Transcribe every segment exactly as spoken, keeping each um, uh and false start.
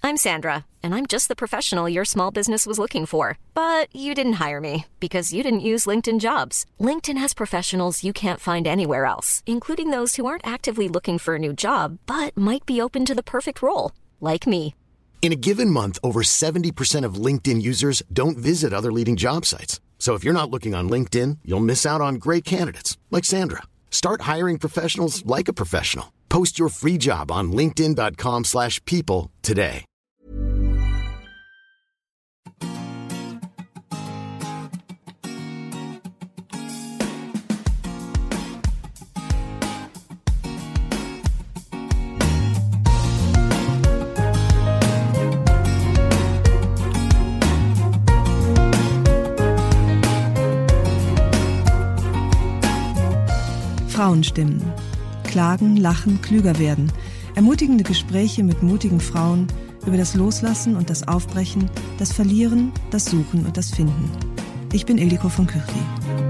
I'm Sandra, and I'm just the professional your small business was looking for. But you didn't hire me because you didn't use LinkedIn Jobs. LinkedIn has professionals you can't find anywhere else, including those who aren't actively looking for a new job, but might be open to the perfect role, like me. In a given month, over seventy percent of LinkedIn users don't visit other leading job sites. So if you're not looking on LinkedIn, you'll miss out on great candidates like Sandra. Start hiring professionals like a professional. Post your free job on linkedin dot com slash people today. Frauenstimmen. Klagen, lachen, klüger werden. Ermutigende Gespräche mit mutigen Frauen über das Loslassen und das Aufbrechen, das Verlieren, das Suchen und das Finden. Ich bin Ildiko von Kürti.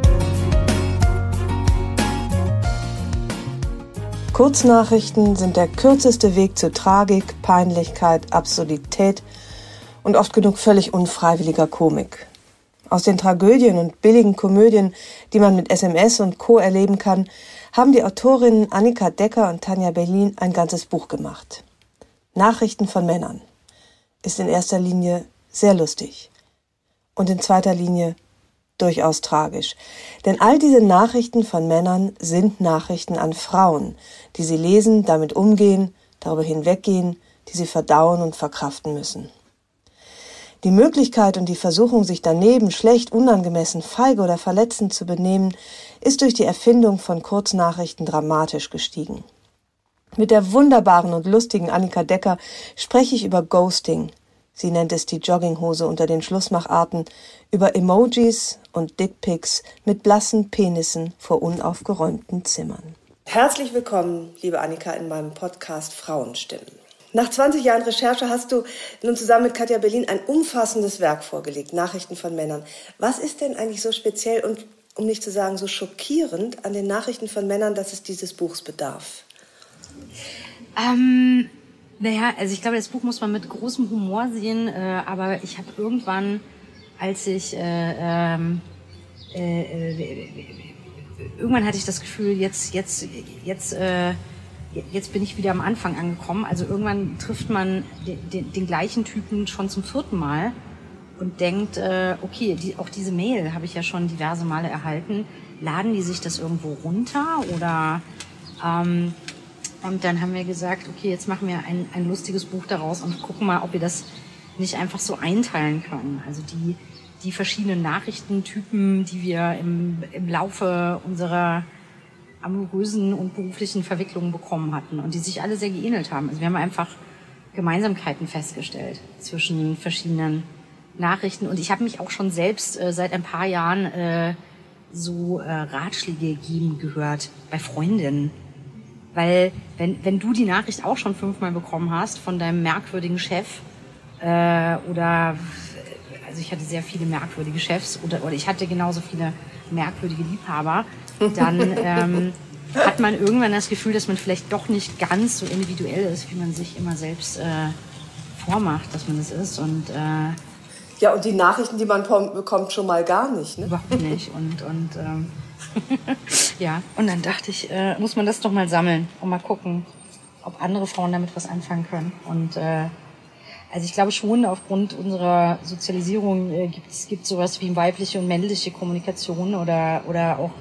Kurznachrichten sind der kürzeste Weg zu Tragik, Peinlichkeit, Absurdität und oft genug völlig unfreiwilliger Komik. Aus den Tragödien und billigen Komödien, die man mit S M S und Co. erleben kann, haben die Autorinnen Annika Decker und Tanja Berlin ein ganzes Buch gemacht. Nachrichten von Männern ist in erster Linie sehr lustig und in zweiter Linie durchaus tragisch. Denn all diese Nachrichten von Männern sind Nachrichten an Frauen, die sie lesen, damit umgehen, darüber hinweggehen, die sie verdauen und verkraften müssen. Die Möglichkeit und die Versuchung, sich daneben schlecht, unangemessen, feige oder verletzend zu benehmen, ist durch die Erfindung von Kurznachrichten dramatisch gestiegen. Mit der wunderbaren und lustigen Annika Decker spreche ich über Ghosting. Sie nennt es die Jogginghose unter den Schlussmacharten, über Emojis und Dickpics mit blassen Penissen vor unaufgeräumten Zimmern. Herzlich willkommen, liebe Annika, in meinem Podcast Frauenstimmen. Nach zwanzig Jahren Recherche hast du nun zusammen mit Katja Berlin ein umfassendes Werk vorgelegt, Nachrichten von Männern. Was ist denn eigentlich so speziell und, um nicht zu sagen, so schockierend an den Nachrichten von Männern, dass es dieses Buchs bedarf? Ähm, naja, also ich glaube, das Buch muss man mit großem Humor sehen, äh, aber ich habe irgendwann, als ich, äh, ähm, äh, äh, irgendwann hatte ich das Gefühl, jetzt, jetzt, jetzt, äh, Jetzt bin ich wieder am Anfang angekommen. Also irgendwann trifft man den, den, den gleichen Typen schon zum vierten Mal und denkt, äh, okay, die, auch diese Mail habe ich ja schon diverse Male erhalten. Laden die sich das irgendwo runter? Oder ähm, und dann haben wir gesagt, okay, jetzt machen wir ein, ein lustiges Buch daraus und gucken mal, ob wir das nicht einfach so einteilen können. Also die, die verschiedenen Nachrichtentypen, die wir im, im Laufe unserer amorösen und beruflichen Verwicklungen bekommen hatten und die sich alle sehr geähnelt haben. Also wir haben einfach Gemeinsamkeiten festgestellt zwischen verschiedenen Nachrichten und ich habe mich auch schon selbst äh, seit ein paar Jahren äh, so äh, Ratschläge geben gehört bei Freundinnen. Weil wenn, wenn du die Nachricht auch schon fünfmal bekommen hast von deinem merkwürdigen Chef äh, oder, also ich hatte sehr viele merkwürdige Chefs oder, oder ich hatte genauso viele merkwürdige Liebhaber, dann ähm, hat man irgendwann das Gefühl, dass man vielleicht doch nicht ganz so individuell ist, wie man sich immer selbst äh, vormacht, dass man es ist. Und, äh, ja, und die Nachrichten, die man bekommt, schon mal gar nicht. Ne? Überhaupt nicht. Und, und ähm, ja, und dann dachte ich, äh, muss man das doch mal sammeln und mal gucken, ob andere Frauen damit was anfangen können. Und äh, also ich glaube schon, aufgrund unserer Sozialisierung äh, gibt es gibt sowas wie weibliche und männliche Kommunikation oder oder auch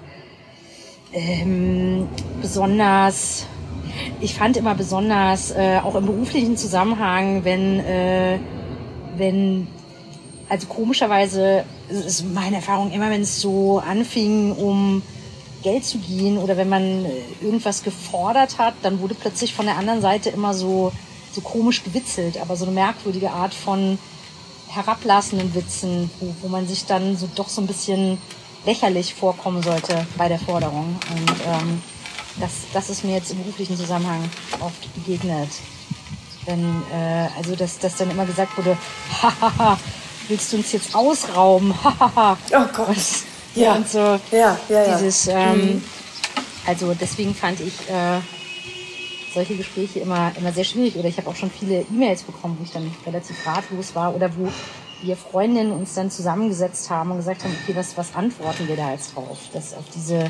ähm, besonders, ich fand immer besonders, äh, auch im beruflichen Zusammenhang, wenn, äh, wenn, also komischerweise ist meine Erfahrung immer, wenn es so anfing, um Geld zu gehen oder wenn man irgendwas gefordert hat, dann wurde plötzlich von der anderen Seite immer so, so komisch gewitzelt, aber so eine merkwürdige Art von herablassenden Witzen, wo, wo man sich dann so doch so ein bisschen lächerlich vorkommen sollte bei der Forderung. Und ähm, das, das ist mir jetzt im beruflichen Zusammenhang oft begegnet. Wenn, äh, also dass, dass dann immer gesagt wurde, hahaha, willst du uns jetzt ausrauben? Hahaha. Oh Gott. Und, ja. Und so ja, ja, ja. dieses, ähm, mhm. also deswegen fand ich äh, solche Gespräche immer, immer sehr schwierig. Oder ich habe auch schon viele E-Mails bekommen, wo ich dann relativ ratlos war oder wo wir Freundinnen uns dann zusammengesetzt haben und gesagt haben, okay, was, was antworten wir da jetzt drauf? Das auf diese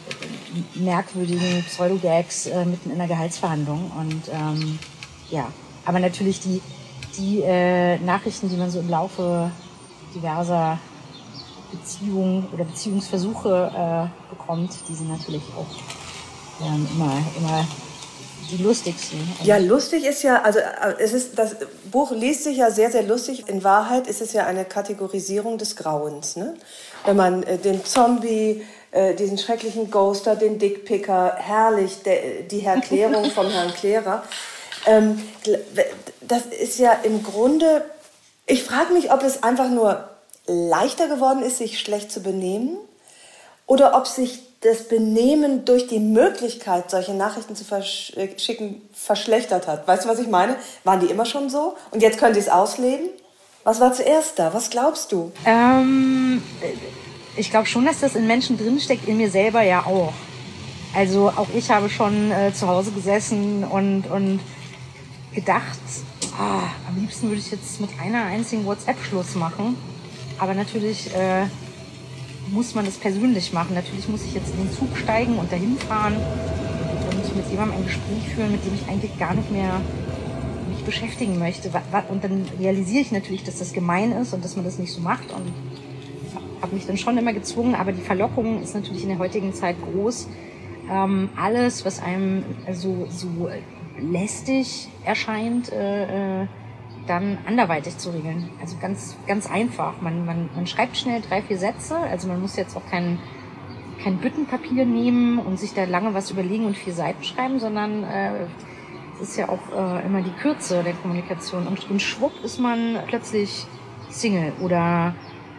merkwürdigen Pseudo-Gags äh, mitten in der Gehaltsverhandlung. Und ähm, ja, aber natürlich die, die äh, Nachrichten, die man so im Laufe diverser Beziehungen oder Beziehungsversuche äh, bekommt, die sind natürlich auch ähm, immer, immer die lustigsten. Ja, lustig ist ja, also es ist, das Buch liest sich ja sehr, sehr lustig. In Wahrheit ist es ja eine Kategorisierung des Grauens, ne? Wenn man äh, den Zombie, äh, diesen schrecklichen Ghoster, den Dickpicker, herrlich, de, die Erklärung vom Herrn Klärer. Ähm, das ist ja im Grunde, ich frage mich, ob es einfach nur leichter geworden ist, sich schlecht zu benehmen oder ob sich das Benehmen durch die Möglichkeit, solche Nachrichten zu verschicken, verschlechtert hat. Weißt du, was ich meine? Waren die immer schon so? Und jetzt können sie es ausleben? Was war zuerst da? Was glaubst du? Ähm, ich glaube schon, dass das in Menschen drinsteckt, in mir selber ja auch. Also auch ich habe schon äh, zu Hause gesessen und, und gedacht, ah, am liebsten würde ich jetzt mit einer einzigen WhatsApp Schluss machen. Aber natürlich äh, muss man das persönlich machen. Natürlich muss ich jetzt in den Zug steigen und dahin fahren und mit jemandem ein Gespräch führen, mit dem ich eigentlich gar nicht mehr mich beschäftigen möchte. Und dann realisiere ich natürlich, dass das gemein ist und dass man das nicht so macht und habe mich dann schon immer gezwungen. Aber die Verlockung ist natürlich in der heutigen Zeit groß. Ähm, alles, was einem so, so lästig erscheint, äh, dann anderweitig zu regeln. Also ganz, ganz einfach. Man, man, man schreibt schnell drei, vier Sätze. Also man muss jetzt auch kein, kein Büttenpapier nehmen und sich da lange was überlegen und vier Seiten schreiben, sondern äh, es ist ja auch äh, immer die Kürze der Kommunikation. Und, und schwupp ist man plötzlich Single oder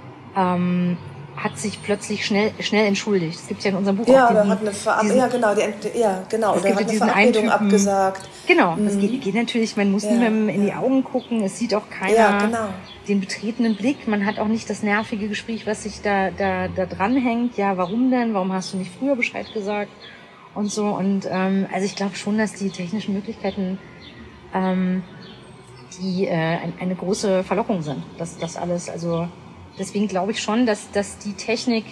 ähm, hat sich plötzlich schnell schnell entschuldigt. Es gibt ja in unserem Buch ja, auch oder diesen, hat eine Verab- diesen, ja genau, die, ja genau, oder hat eine diesen Verabredung Eintypen, abgesagt. Genau, mhm. das geht, geht natürlich, man muss ja, niemandem in ja. die Augen gucken, es sieht auch keiner ja, genau. den betretenen Blick, man hat auch nicht das nervige Gespräch, was sich da, da, da dran hängt. Ja, warum denn? Warum hast du nicht früher Bescheid gesagt? Und so, und ähm, also ich glaube schon, dass die technischen Möglichkeiten ähm, die äh, ein, eine große Verlockung sind. Das, das alles, also deswegen glaube ich schon, dass, dass die Technik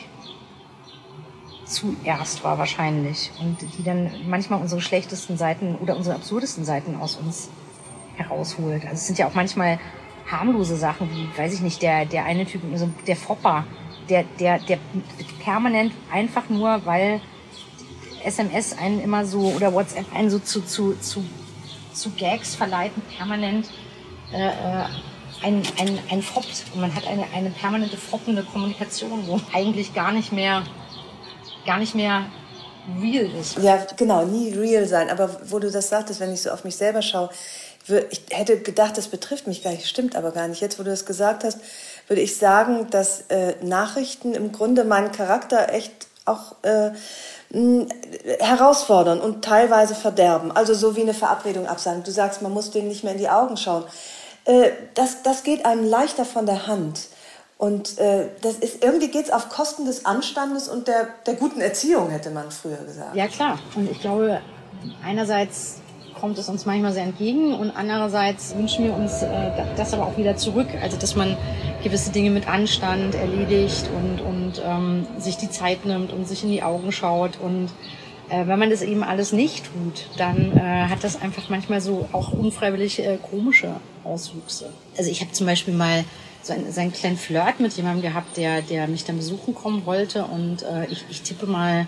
zuerst war wahrscheinlich und die dann manchmal unsere schlechtesten Seiten oder unsere absurdesten Seiten aus uns herausholt. Also es sind ja auch manchmal harmlose Sachen, wie, weiß ich nicht, der, der eine Typ, also der Fopper, der, der, der permanent einfach nur, weil S M S einen immer so oder WhatsApp einen so zu, zu, zu, zu Gags verleiten, permanent äh, ein, ein, ein foppt. Und man hat eine, eine permanente foppende Kommunikation, wo eigentlich gar nicht mehr gar nicht mehr real ist. Ja, genau, nie real sein. Aber wo du das sagtest, wenn ich so auf mich selber schaue, ich hätte gedacht, das betrifft mich gar nicht, stimmt aber gar nicht. Jetzt, wo du das gesagt hast, würde ich sagen, dass äh, Nachrichten im Grunde meinen Charakter echt auch äh, mh, herausfordern und teilweise verderben. Also so wie eine Verabredung absagen. Du sagst, man muss denen nicht mehr in die Augen schauen. Äh, das, das geht einem leichter von der Hand. Und äh, das ist, irgendwie geht es auf Kosten des Anstandes und der, der guten Erziehung, hätte man früher gesagt. Ja, klar. Und ich glaube, einerseits kommt es uns manchmal sehr entgegen und andererseits wünschen wir uns äh, das aber auch wieder zurück. Also, dass man gewisse Dinge mit Anstand erledigt und, und ähm, sich die Zeit nimmt und sich in die Augen schaut. Und äh, wenn man das eben alles nicht tut, dann äh, hat das einfach manchmal so auch unfreiwillig äh, komische Auswüchse. Also ich habe zum Beispiel mal so einen, so einen kleinen Flirt mit jemandem gehabt, der, der mich dann besuchen kommen wollte und äh, ich, ich tippe mal,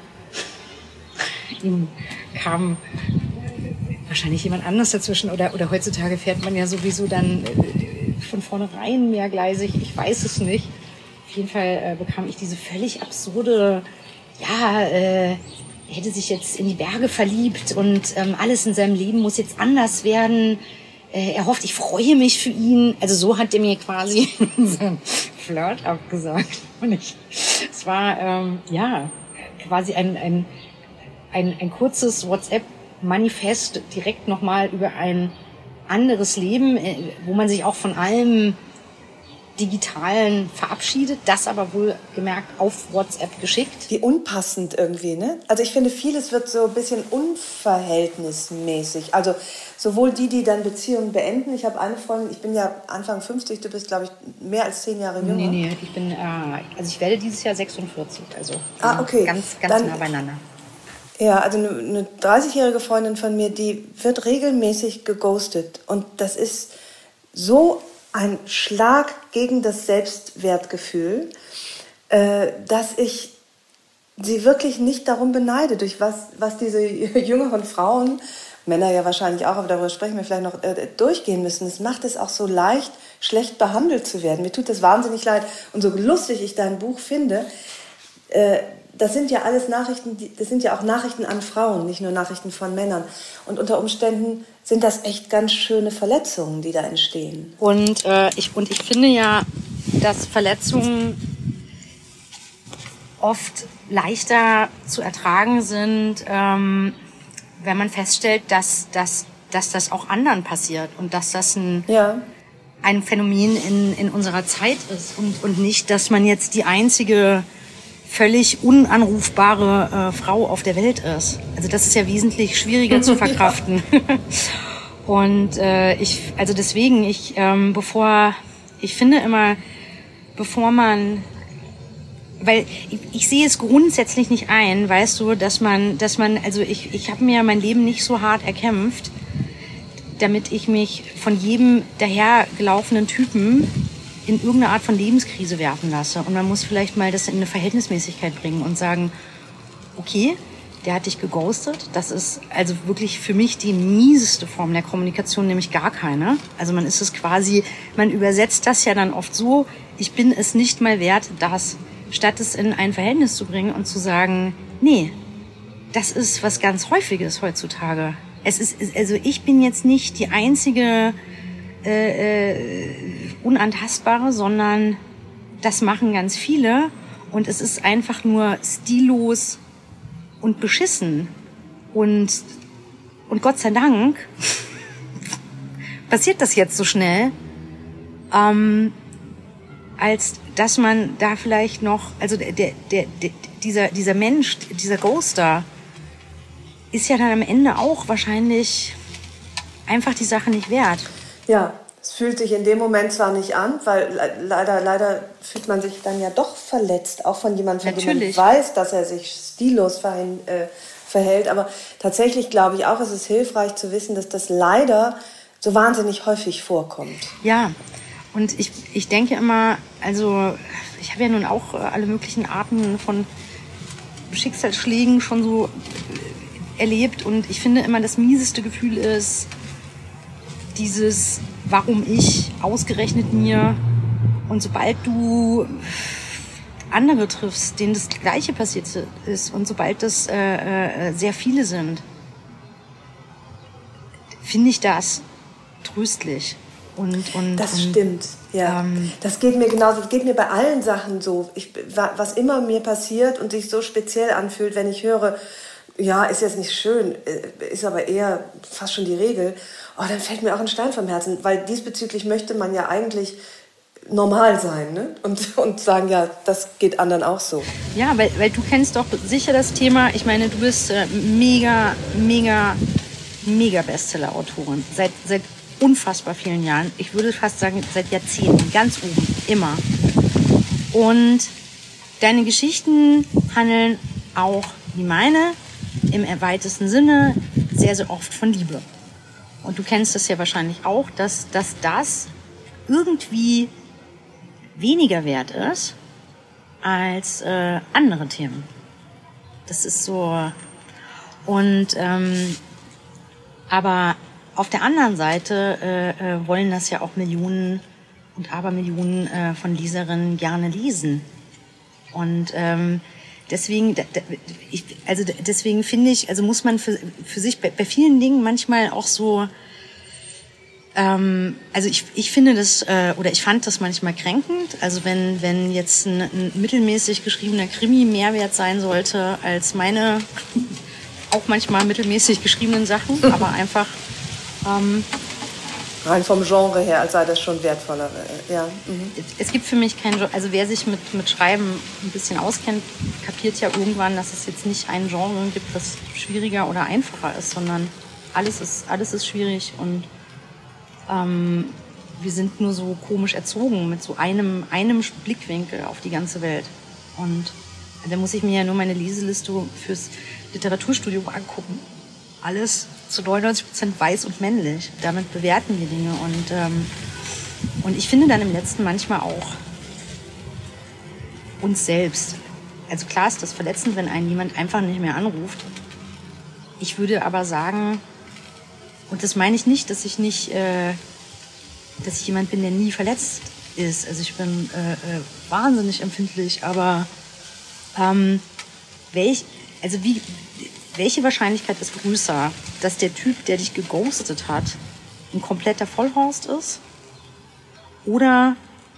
ihm kam wahrscheinlich jemand anderes dazwischen oder, oder heutzutage fährt man ja sowieso dann äh, von vornherein mehrgleisig, ich weiß es nicht. Auf jeden Fall äh, bekam ich diese völlig absurde, ja, äh, er hätte sich jetzt in die Berge verliebt und ähm, alles in seinem Leben muss jetzt anders werden. Er hofft, ich freue mich für ihn. Also so hat er mir quasi unseren Flirt abgesagt. Und ich, es war, ähm, ja, quasi ein, ein, ein, ein kurzes WhatsApp-Manifest direkt nochmal über ein anderes Leben, wo man sich auch von allem Digitalen verabschiedet, das aber wohl gemerkt auf WhatsApp geschickt. Wie unpassend irgendwie, ne? Also ich finde, vieles wird so ein bisschen unverhältnismäßig. Also sowohl die, die dann Beziehungen beenden. Ich habe eine Freundin, ich bin ja Anfang fünfzig, du bist, glaube ich, mehr als zehn Jahre jünger. Nee, nee, ich bin, äh, also ich werde dieses Jahr sechsundvierzig, also ah, okay. ganz, ganz dann, nah beieinander. Ja, also eine, eine dreißigjährige Freundin von mir, die wird regelmäßig geghostet. Und das ist so ein Schlag gegen das Selbstwertgefühl, äh, dass ich sie wirklich nicht darum beneide, durch was, was diese jüngeren Frauen, Männer ja wahrscheinlich auch, aber darüber sprechen wir vielleicht noch, äh, durchgehen müssen. Es macht es auch so leicht, schlecht behandelt zu werden. Mir tut das wahnsinnig leid. Und so lustig ich dein Buch finde, äh, das sind ja alles Nachrichten, das sind ja auch Nachrichten an Frauen, nicht nur Nachrichten von Männern. Und unter Umständen sind das echt ganz schöne Verletzungen, die da entstehen. Und, äh, ich, und ich finde ja, dass Verletzungen oft leichter zu ertragen sind, ähm, wenn man feststellt, dass, dass, dass das auch anderen passiert und dass das ein, ja. ein Phänomen in, in unserer Zeit ist und, und nicht, dass man jetzt die einzige völlig unanrufbare äh, Frau auf der Welt ist. Also das ist ja wesentlich schwieriger zu verkraften. Und äh, ich, also deswegen, ich, ähm, bevor, ich finde immer, bevor man, weil ich, ich sehe es grundsätzlich nicht ein, weißt du, dass man, dass man, also ich, ich habe mir mein Leben nicht so hart erkämpft, damit ich mich von jedem dahergelaufenen Typen in irgendeine Art von Lebenskrise werfen lasse. Und man muss vielleicht mal das in eine Verhältnismäßigkeit bringen und sagen, okay, der hat dich geghostet. Das ist also wirklich für mich die mieseste Form der Kommunikation, nämlich gar keine. Also man ist es quasi, man übersetzt das ja dann oft so, ich bin es nicht mal wert, das, statt es in ein Verhältnis zu bringen und zu sagen, nee, das ist was ganz Häufiges heutzutage. Es ist, also ich bin jetzt nicht die einzige Äh, äh, Unantastbare, sondern das machen ganz viele und es ist einfach nur stillos und beschissen und, und Gott sei Dank passiert das jetzt so schnell, ähm, als dass man da vielleicht noch, also der, der, der, dieser, dieser Mensch, dieser Ghoster ist ja dann am Ende auch wahrscheinlich einfach die Sache nicht wert. Ja, es fühlt sich in dem Moment zwar nicht an, weil le- leider, leider fühlt man sich dann ja doch verletzt, auch von jemandem, von Natürlich. dem man weiß, dass er sich stillos verhin, äh, verhält. Aber tatsächlich glaube ich auch, es ist hilfreich zu wissen, dass das leider so wahnsinnig häufig vorkommt. Ja, und ich, ich denke immer, also ich habe ja nun auch alle möglichen Arten von Schicksalsschlägen schon so erlebt und ich finde immer, das mieseste Gefühl ist, dieses, warum ich, ausgerechnet mir. Und sobald du andere triffst, denen das Gleiche passiert ist und sobald das äh, äh, sehr viele sind, finde ich das tröstlich. Und, und, das und, stimmt, ja. Ähm, das geht mir genauso, das geht mir bei allen Sachen so. Ich, was immer mir passiert und sich so speziell anfühlt, wenn ich höre, ja, ist jetzt nicht schön, ist aber eher fast schon die Regel, oh, dann fällt mir auch ein Stein vom Herzen, weil diesbezüglich möchte man ja eigentlich normal sein, ne? und, und sagen, ja, das geht anderen auch so. Ja, weil, weil du kennst doch sicher das Thema, ich meine, du bist äh, mega, mega, mega Bestseller-Autorin, seit, seit unfassbar vielen Jahren, ich würde fast sagen, seit Jahrzehnten, ganz oben, immer. Und deine Geschichten handeln auch, wie meine, im weitesten Sinne sehr, sehr oft von Liebe. Und du kennst das ja wahrscheinlich auch, dass, dass das irgendwie weniger wert ist als äh, andere Themen. Das ist so. Und ähm, aber auf der anderen Seite äh, äh, wollen das ja auch Millionen und Abermillionen äh, von Leserinnen gerne lesen. Und ähm, Deswegen, ich, also deswegen finde ich, also muss man für, für sich bei, bei vielen Dingen manchmal auch so, ähm, also ich, ich finde das, äh, oder ich fand das manchmal kränkend, also wenn, wenn jetzt ein, ein mittelmäßig geschriebener Krimi mehr wert sein sollte als meine auch manchmal mittelmäßig geschriebenen Sachen, aber einfach, ähm, Rein vom Genre her, als sei das schon wertvoller. Ja. Mhm. Es gibt für mich kein Genre, also wer sich mit, mit Schreiben ein bisschen auskennt, kapiert ja irgendwann, dass es jetzt nicht ein Genre gibt, das schwieriger oder einfacher ist, sondern alles ist, alles ist schwierig und ähm, wir sind nur so komisch erzogen mit so einem, einem Blickwinkel auf die ganze Welt. Und da muss ich mir ja nur meine Leseliste fürs Literaturstudium angucken. Alles zu neunundneunzig Prozent weiß und männlich. Damit bewerten wir Dinge. Und, ähm, und ich finde dann im Letzten manchmal auch uns selbst. Also klar ist das verletzend, wenn einen jemand einfach nicht mehr anruft. Ich würde aber sagen, und das meine ich nicht, dass ich nicht, äh, dass ich jemand bin, der nie verletzt ist. Also ich bin äh, äh, wahnsinnig empfindlich, aber ähm, welch, also wie, welche Wahrscheinlichkeit ist größer, dass der Typ, der dich geghostet hat, ein kompletter Vollhorst ist? Oder,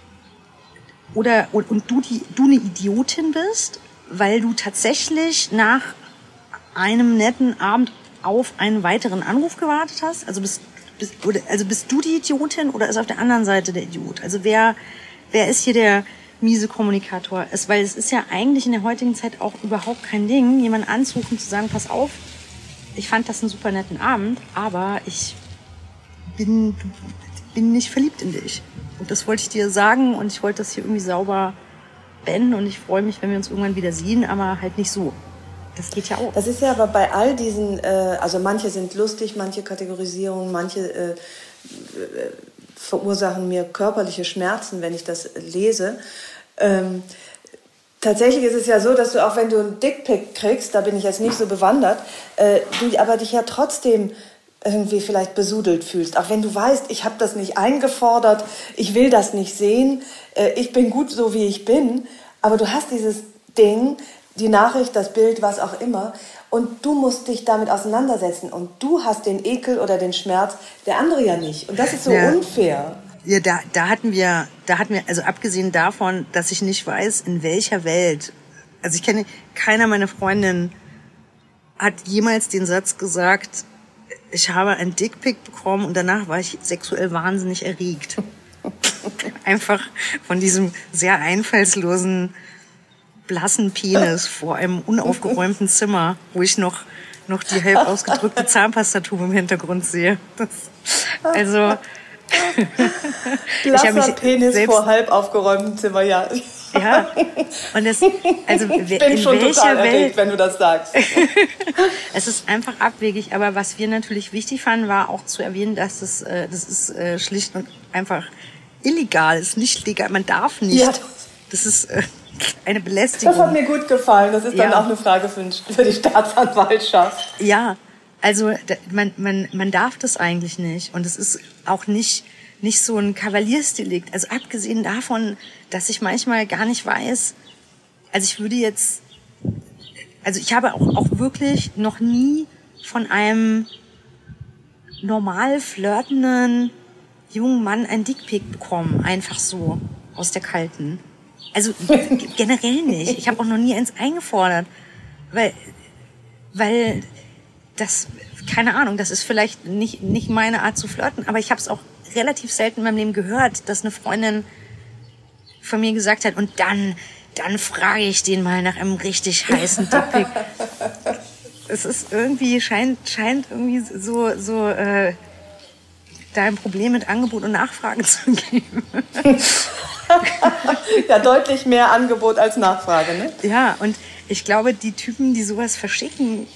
oder und, und du, die, du eine Idiotin bist, weil du tatsächlich nach einem netten Abend auf einen weiteren Anruf gewartet hast? Also bist, bist, oder, also bist du die Idiotin oder ist auf der anderen Seite der Idiot? Also wer, wer ist hier der miese Kommunikator? Es, weil es ist ja eigentlich in der heutigen Zeit auch überhaupt kein Ding, jemanden anzurufen, zu sagen, pass auf, ich fand das einen super netten Abend, aber ich bin, bin nicht verliebt in dich. Und das wollte ich dir sagen und ich wollte das hier irgendwie sauber beenden und ich freue mich, wenn wir uns irgendwann wieder sehen, aber halt nicht so. Das geht ja auch. Das ist ja aber bei all diesen, äh, also manche sind lustig, manche Kategorisierungen, manche äh, äh, verursachen mir körperliche Schmerzen, wenn ich das lese. Ähm, tatsächlich ist es ja so, dass du auch wenn du einen Dickpic kriegst, da bin ich jetzt nicht so bewandert, äh, du aber dich ja trotzdem irgendwie vielleicht besudelt fühlst. Auch wenn du weißt, ich habe das nicht eingefordert, ich will das nicht sehen, äh, ich bin gut so, wie ich bin, aber du hast dieses Ding, die Nachricht, das Bild, was auch immer. Und du musst dich damit auseinandersetzen. Und du hast den Ekel oder den Schmerz, der andere ja nicht. Und das ist so ja unfair. Ja, da, da hatten wir, da hatten wir, also abgesehen davon, dass ich nicht weiß, in welcher Welt, also ich kenne, keiner meiner Freundinnen hat jemals den Satz gesagt, ich habe ein Dickpic bekommen und danach war ich sexuell wahnsinnig erregt. Einfach von diesem sehr einfallslosen, blassen Penis vor einem unaufgeräumten Zimmer, wo ich noch noch die halb ausgedrückte Zahnpastatube im Hintergrund sehe. Das, also blasser ich Penis selbst, vor halb aufgeräumtem Zimmer, ja. Ja. Und das, also ich bin in schon total Welt, erregt, wenn du das sagst. Es ist einfach abwegig, aber was wir natürlich wichtig fanden, war auch zu erwähnen, dass das äh, das ist äh, schlicht und einfach illegal, ist nicht legal, man darf nicht. Ja, das, das ist äh, eine Belästigung. Das hat mir gut gefallen. Das ist dann ja auch eine Frage für, für die Staatsanwaltschaft. Ja, also man, man, man darf das eigentlich nicht. Und es ist auch nicht, nicht so ein Kavaliersdelikt. Also abgesehen davon, dass ich manchmal gar nicht weiß, also ich würde jetzt, also ich habe auch, auch wirklich noch nie von einem normal flirtenden jungen Mann ein Dickpic bekommen. Einfach so, aus der Kalten. Also generell nicht. Ich habe auch noch nie eins eingefordert, weil, weil das, keine Ahnung, das ist vielleicht nicht nicht meine Art zu flirten, aber ich habe es auch relativ selten in meinem Leben gehört, dass eine Freundin von mir gesagt hat, und dann, dann frage ich den mal nach einem richtig heißen Dickpic. Es ist irgendwie scheint scheint irgendwie so so äh, da ein Problem mit Angebot und Nachfrage zu geben. Ja, deutlich mehr Angebot als Nachfrage, ne? Ja, und ich glaube, die Typen, die sowas verschicken,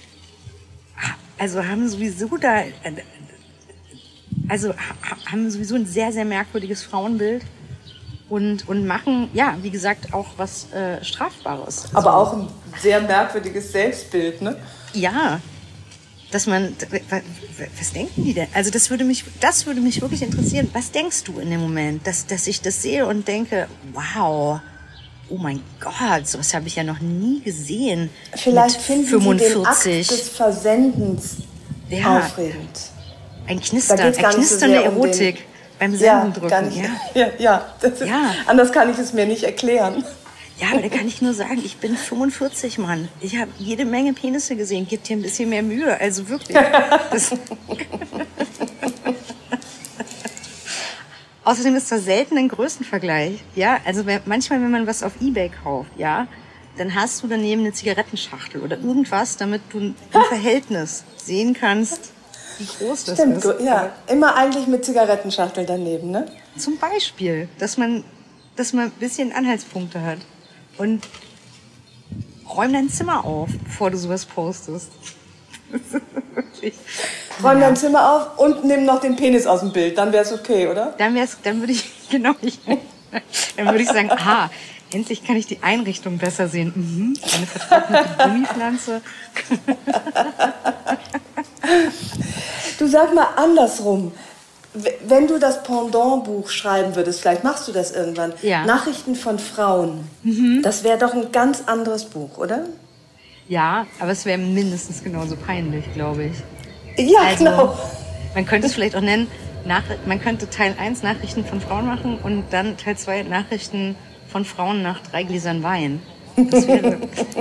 also haben sowieso da, also haben sowieso ein sehr, sehr merkwürdiges Frauenbild und, und machen, ja, wie gesagt, auch was äh, Strafbares. Aber also, auch ein sehr merkwürdiges Selbstbild, ne? Ja. Dass man, was denken die denn? Also das würde mich, das würde mich wirklich interessieren. Was denkst du in dem Moment, dass, dass ich das sehe und denke, wow, oh mein Gott, sowas habe ich ja noch nie gesehen. Vielleicht finden fünfundvierzig. Sie den Akt des Versendens ja, aufregend. Ein Knistern, ein Knistern der Erotik um beim Senden ja, drücken. Gar nicht, ja, ja, ja, das ist, ja. Anders kann ich es mir nicht erklären. Ja, aber da kann ich nur sagen, ich bin fünfundvierzig, Mann. Ich habe jede Menge Penisse gesehen. Gib dir ein bisschen mehr Mühe, also wirklich. Das Außerdem ist das selten ein Größenvergleich. Ja, also wenn, manchmal, wenn man was auf eBay kauft, ja, dann hast du daneben eine Zigarettenschachtel oder irgendwas, damit du im Verhältnis sehen kannst, wie groß das Stimmt, ist. Ja, immer eigentlich mit Zigarettenschachtel daneben, ne? Zum Beispiel, dass man, dass man ein bisschen Anhaltspunkte hat. Und räum dein Zimmer auf, bevor du sowas postest. Wirklich. Räum Ja. dein Zimmer auf und nimm noch den Penis aus dem Bild, dann wär's okay, oder? Dann wär's, dann würde ich, genau, ich, dann würde ich sagen, aha, endlich kann ich die Einrichtung besser sehen. Mhm, eine vertrocknete Gummipflanze. Du, sag mal andersrum. W- Wenn du das Pendant-Buch schreiben würdest, vielleicht machst du das irgendwann, Ja. Nachrichten von Frauen, das wäre doch ein ganz anderes Buch, oder? Ja, aber es wäre mindestens genauso peinlich, glaube ich. Ja, Also, genau. Man könnte es vielleicht auch nennen, nach, man könnte Teil eins Nachrichten von Frauen machen und dann Teil zwei Nachrichten von Frauen nach drei Gläsern Wein. Das wäre...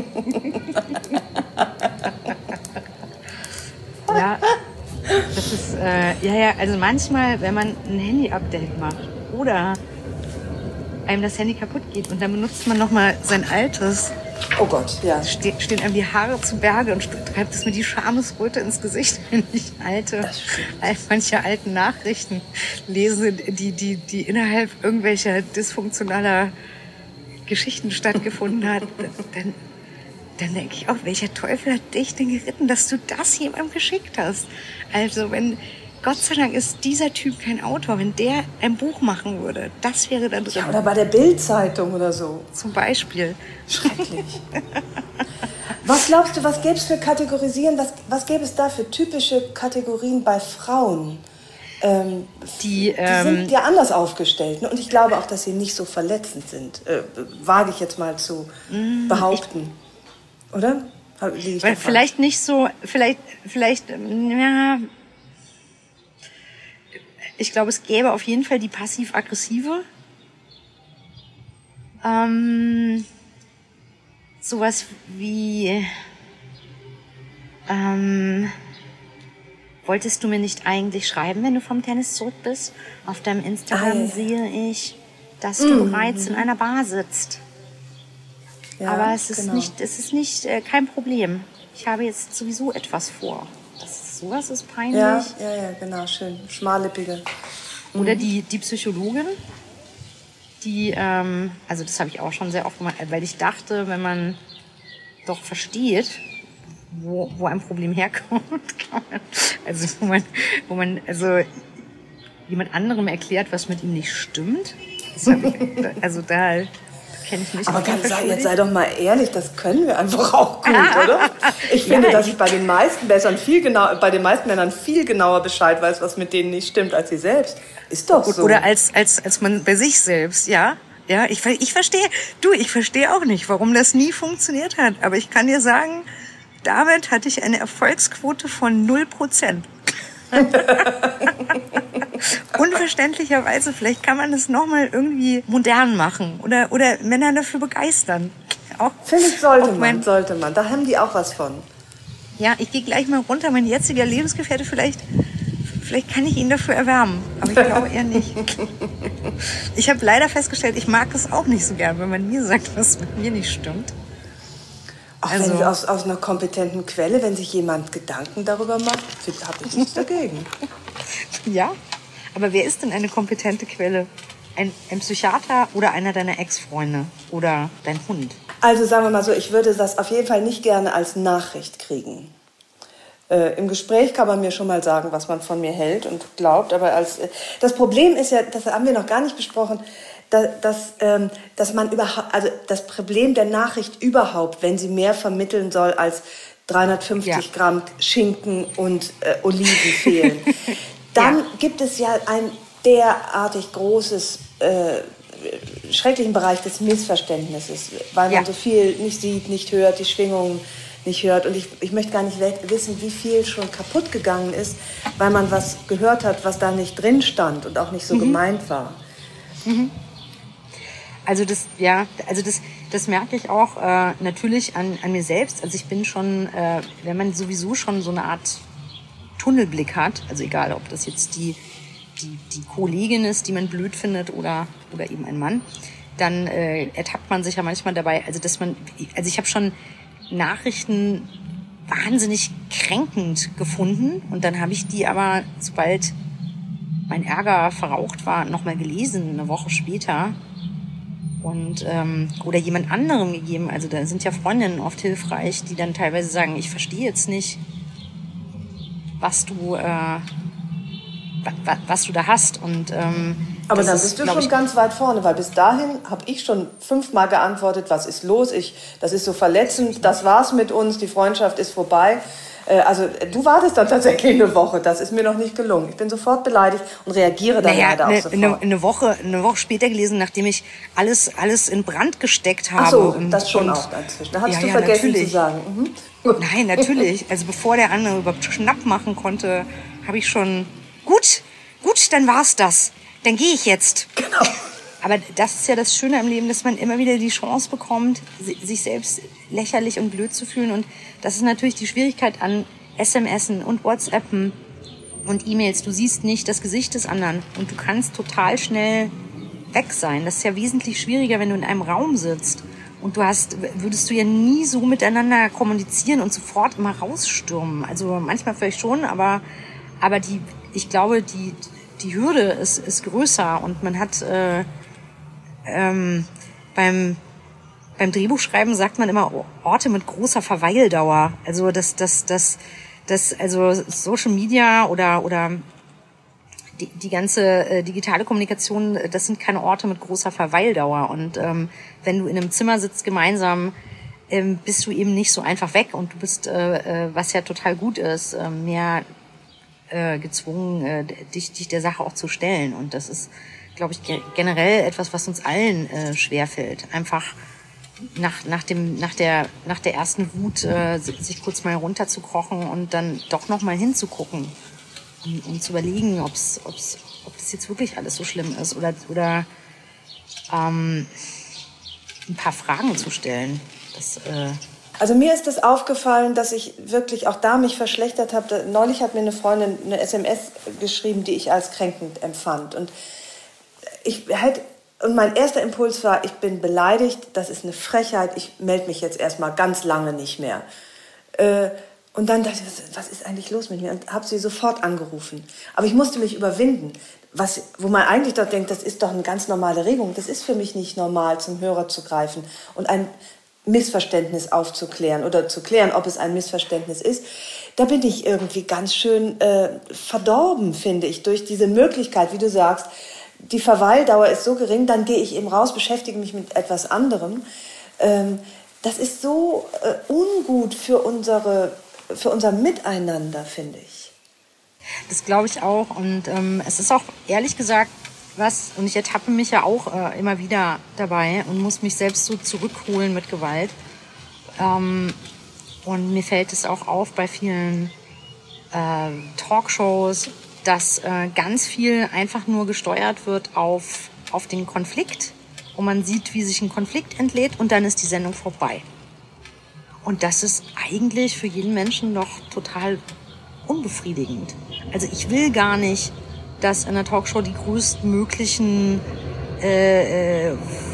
ja, das ist, äh, ja, ja, also manchmal, wenn man ein Handy-Update macht oder einem das Handy kaputt geht und dann benutzt man nochmal sein altes, Oh Gott, ja. ste stehen einem die Haare zu Berge und treibt es mir die Schamesröte ins Gesicht, wenn ich alte, all, manche alten Nachrichten lese, die, die, die innerhalb irgendwelcher dysfunktionaler Geschichten stattgefunden hat. Dann, dann denke ich auch, welcher Teufel hat dich denn geritten, dass du das jemandem geschickt hast? Also wenn, Gott sei Dank ist dieser Typ kein Autor, wenn der ein Buch machen würde, das wäre da drin. Ja, oder bei der Bild-Zeitung oder so. Zum Beispiel. Schrecklich. Was glaubst du, was gäbe es für Kategorisieren, was, was gäbe es da für typische Kategorien bei Frauen? Ähm, Die, die ähm, sind ja anders aufgestellt. Ne? Und ich glaube auch, dass sie nicht so verletzend sind. Äh, wage ich jetzt mal zu behaupten. Oder? Liege ich Weil da falsch? vielleicht nicht so, vielleicht, vielleicht, ähm, ja. Ich glaube, es gäbe auf jeden Fall die passiv-aggressive. Ähm, sowas wie, ähm, wolltest du mir nicht eigentlich schreiben, wenn du vom Tennis zurück bist? Auf deinem Instagram Ah, ja, ja. sehe ich, dass du bereits in einer Bar sitzt. Ja, Aber es ist genau. nicht, es ist nicht äh, kein Problem. Ich habe jetzt sowieso etwas vor. Das ist, sowas ist peinlich. Ja, ja, ja, genau, schön. Schmallippige. Oder die, die Psychologin, die, ähm, also das habe ich auch schon sehr oft gemacht, weil ich dachte, wenn man doch versteht, wo, wo ein Problem herkommt, kann man, also wo man, wo man, also jemand anderem erklärt, was mit ihm nicht stimmt. Das hab ich, also da kenne ich mich. Aber auf jeden ganz, Fall sei- jetzt schuldig. sei doch mal ehrlich, das können wir einfach auch gut, oder? Ich finde, Ja, dass ich- ich bei den meisten Bessern viel genau, bei den meisten Männern viel genauer Bescheid weiß, was mit denen nicht stimmt, als sie selbst. Ist doch so. Oder als, als, als man bei sich selbst, ja. Ja, ich, ich verstehe, du, ich verstehe auch nicht, warum das nie funktioniert hat. Aber ich kann dir sagen, damit hatte ich eine Erfolgsquote von null Prozent. Unverständlicherweise, vielleicht kann man das nochmal irgendwie modern machen oder, oder Männer dafür begeistern. Auch, Finde ich, sollte auch mein, man, sollte man. Da haben die auch was von. Ja, ich gehe gleich mal runter. Mein jetziger Lebensgefährte, vielleicht, vielleicht kann ich ihn dafür erwärmen. Aber ich glaube eher nicht. Ich habe leider festgestellt, ich mag es auch nicht so gern, wenn man mir sagt, was mit mir nicht stimmt. Auch Also- wenn aus, aus einer kompetenten Quelle, wenn sich jemand Gedanken darüber macht, habe ich nichts dagegen. Ja, aber wer ist denn eine kompetente Quelle? Ein, ein Psychiater oder einer deiner Ex-Freunde oder dein Hund? Also sagen wir mal so, ich würde das auf jeden Fall nicht gerne als Nachricht kriegen. Äh, Im Gespräch kann man mir schon mal sagen, was man von mir hält und glaubt. Aber als äh, das Problem ist ja, das haben wir noch gar nicht besprochen, dass, dass, ähm, dass man überhaupt, also das Problem der Nachricht überhaupt, wenn sie mehr vermitteln soll als dreihundertfünfzig Ja. Gramm Schinken und äh, Oliven fehlen, dann Ja. gibt es ja ein derartig großes äh, schrecklichen Bereich des Missverständnisses, weil man Ja. so viel nicht sieht, nicht hört, die Schwingungen nicht hört. Und ich, ich möchte gar nicht we- wissen, wie viel schon kaputt gegangen ist, weil man was gehört hat, was da nicht drin stand und auch nicht so gemeint war. Also das, ja, also das, das merke ich auch äh, natürlich an, an mir selbst. Also ich bin schon, äh, wenn man sowieso schon so eine Art Tunnelblick hat, also egal, ob das jetzt die die, die Kollegin ist, die man blöd findet oder, oder eben ein Mann, dann äh, ertappt man sich ja manchmal dabei, also dass man, also ich habe schon Nachrichten wahnsinnig kränkend gefunden und dann habe ich die aber, sobald mein Ärger verraucht war, nochmal gelesen, eine Woche später und ähm, oder jemand anderem gegeben. Also da sind ja Freundinnen oft hilfreich, die dann teilweise sagen, ich verstehe jetzt nicht, was du äh, was, was du da hast und ähm, aber dann bist du schon ich, ganz weit vorne, weil bis dahin habe ich schon fünfmal geantwortet, was ist los, ich, das ist so verletzend, das war's mit uns, die Freundschaft ist vorbei. Also du wartest dann tatsächlich eine Woche, das ist mir noch nicht gelungen. Ich bin sofort beleidigt und reagiere dann naja, leider ne, auch sofort. Eine, eine, Woche, eine Woche später gelesen, nachdem ich alles, alles in Brand gesteckt habe. Ach so, und, das schon und, auch inzwischen. Da hast ja, du ja, vergessen natürlich. zu sagen. Mhm. Nein, natürlich. Also bevor der andere überhaupt Schnapp machen konnte, habe ich schon, gut, gut, dann war's das. Dann gehe ich jetzt. Genau. Aber das ist ja das Schöne im Leben, dass man immer wieder die Chance bekommt, sich selbst lächerlich und blöd zu fühlen. Und das ist natürlich die Schwierigkeit an S M Sen und WhatsAppen und E-Mails. Du siehst nicht das Gesicht des anderen und du kannst total schnell weg sein. Das ist ja wesentlich schwieriger, wenn du in einem Raum sitzt. Und du hast, würdest du ja nie so miteinander kommunizieren und sofort immer rausstürmen. Also manchmal vielleicht schon, aber, aber die, ich glaube, die, die Hürde ist, ist größer und man hat äh, ähm, beim beim Drehbuchschreiben sagt man immer Orte mit großer Verweildauer. Also das das das das also Social Media oder oder die, die ganze äh, digitale Kommunikation, das sind keine Orte mit großer Verweildauer. Und ähm, wenn du in einem Zimmer sitzt gemeinsam, ähm, bist du eben nicht so einfach weg und du bist, äh, äh, was ja total gut ist, äh, mehr äh, gezwungen, äh, dich, dich der Sache auch zu stellen. Und das ist, glaube ich, ge- generell etwas, was uns allen äh, schwerfällt. Einfach nach, nach, dem, nach, der, nach der ersten Wut äh, sich kurz mal runterzukrochen und dann doch noch mal hinzugucken. Um, um zu überlegen, ob's, ob's, ob das jetzt wirklich alles so schlimm ist oder, oder ähm, ein paar Fragen zu stellen. Das, äh Also mir ist das aufgefallen, dass ich wirklich auch da mich verschlechtert habe. Neulich hat mir eine Freundin eine S M S geschrieben, die ich als kränkend empfand. Und ich hätte, und mein erster Impuls war, ich bin beleidigt, das ist eine Frechheit, ich melde mich jetzt erstmal ganz lange nicht mehr. Äh, Und dann dachte ich, was ist eigentlich los mit mir? Und habe sie sofort angerufen. Aber ich musste mich überwinden. Was, wo man eigentlich doch denkt, das ist doch eine ganz normale Regung. Das ist für mich nicht normal, zum Hörer zu greifen und ein Missverständnis aufzuklären oder zu klären, ob es ein Missverständnis ist. Da bin ich irgendwie ganz schön äh, verdorben, finde ich, durch diese Möglichkeit, wie du sagst, die Verweildauer ist so gering, dann gehe ich eben raus, beschäftige mich mit etwas anderem. Ähm, das ist so äh, ungut für unsere für unser Miteinander, finde ich. Das glaube ich auch. Und ähm, es ist auch, ehrlich gesagt, was, und ich ertappe mich ja auch äh, immer wieder dabei und muss mich selbst so zurückholen mit Gewalt. Ähm, und mir fällt es auch auf bei vielen äh, Talkshows, dass äh, ganz viel einfach nur gesteuert wird auf, auf den Konflikt. Und man sieht, wie sich ein Konflikt entlädt und dann ist die Sendung vorbei. Und das ist eigentlich für jeden Menschen doch total unbefriedigend. Also ich will gar nicht, dass in der Talkshow die größtmöglichen äh,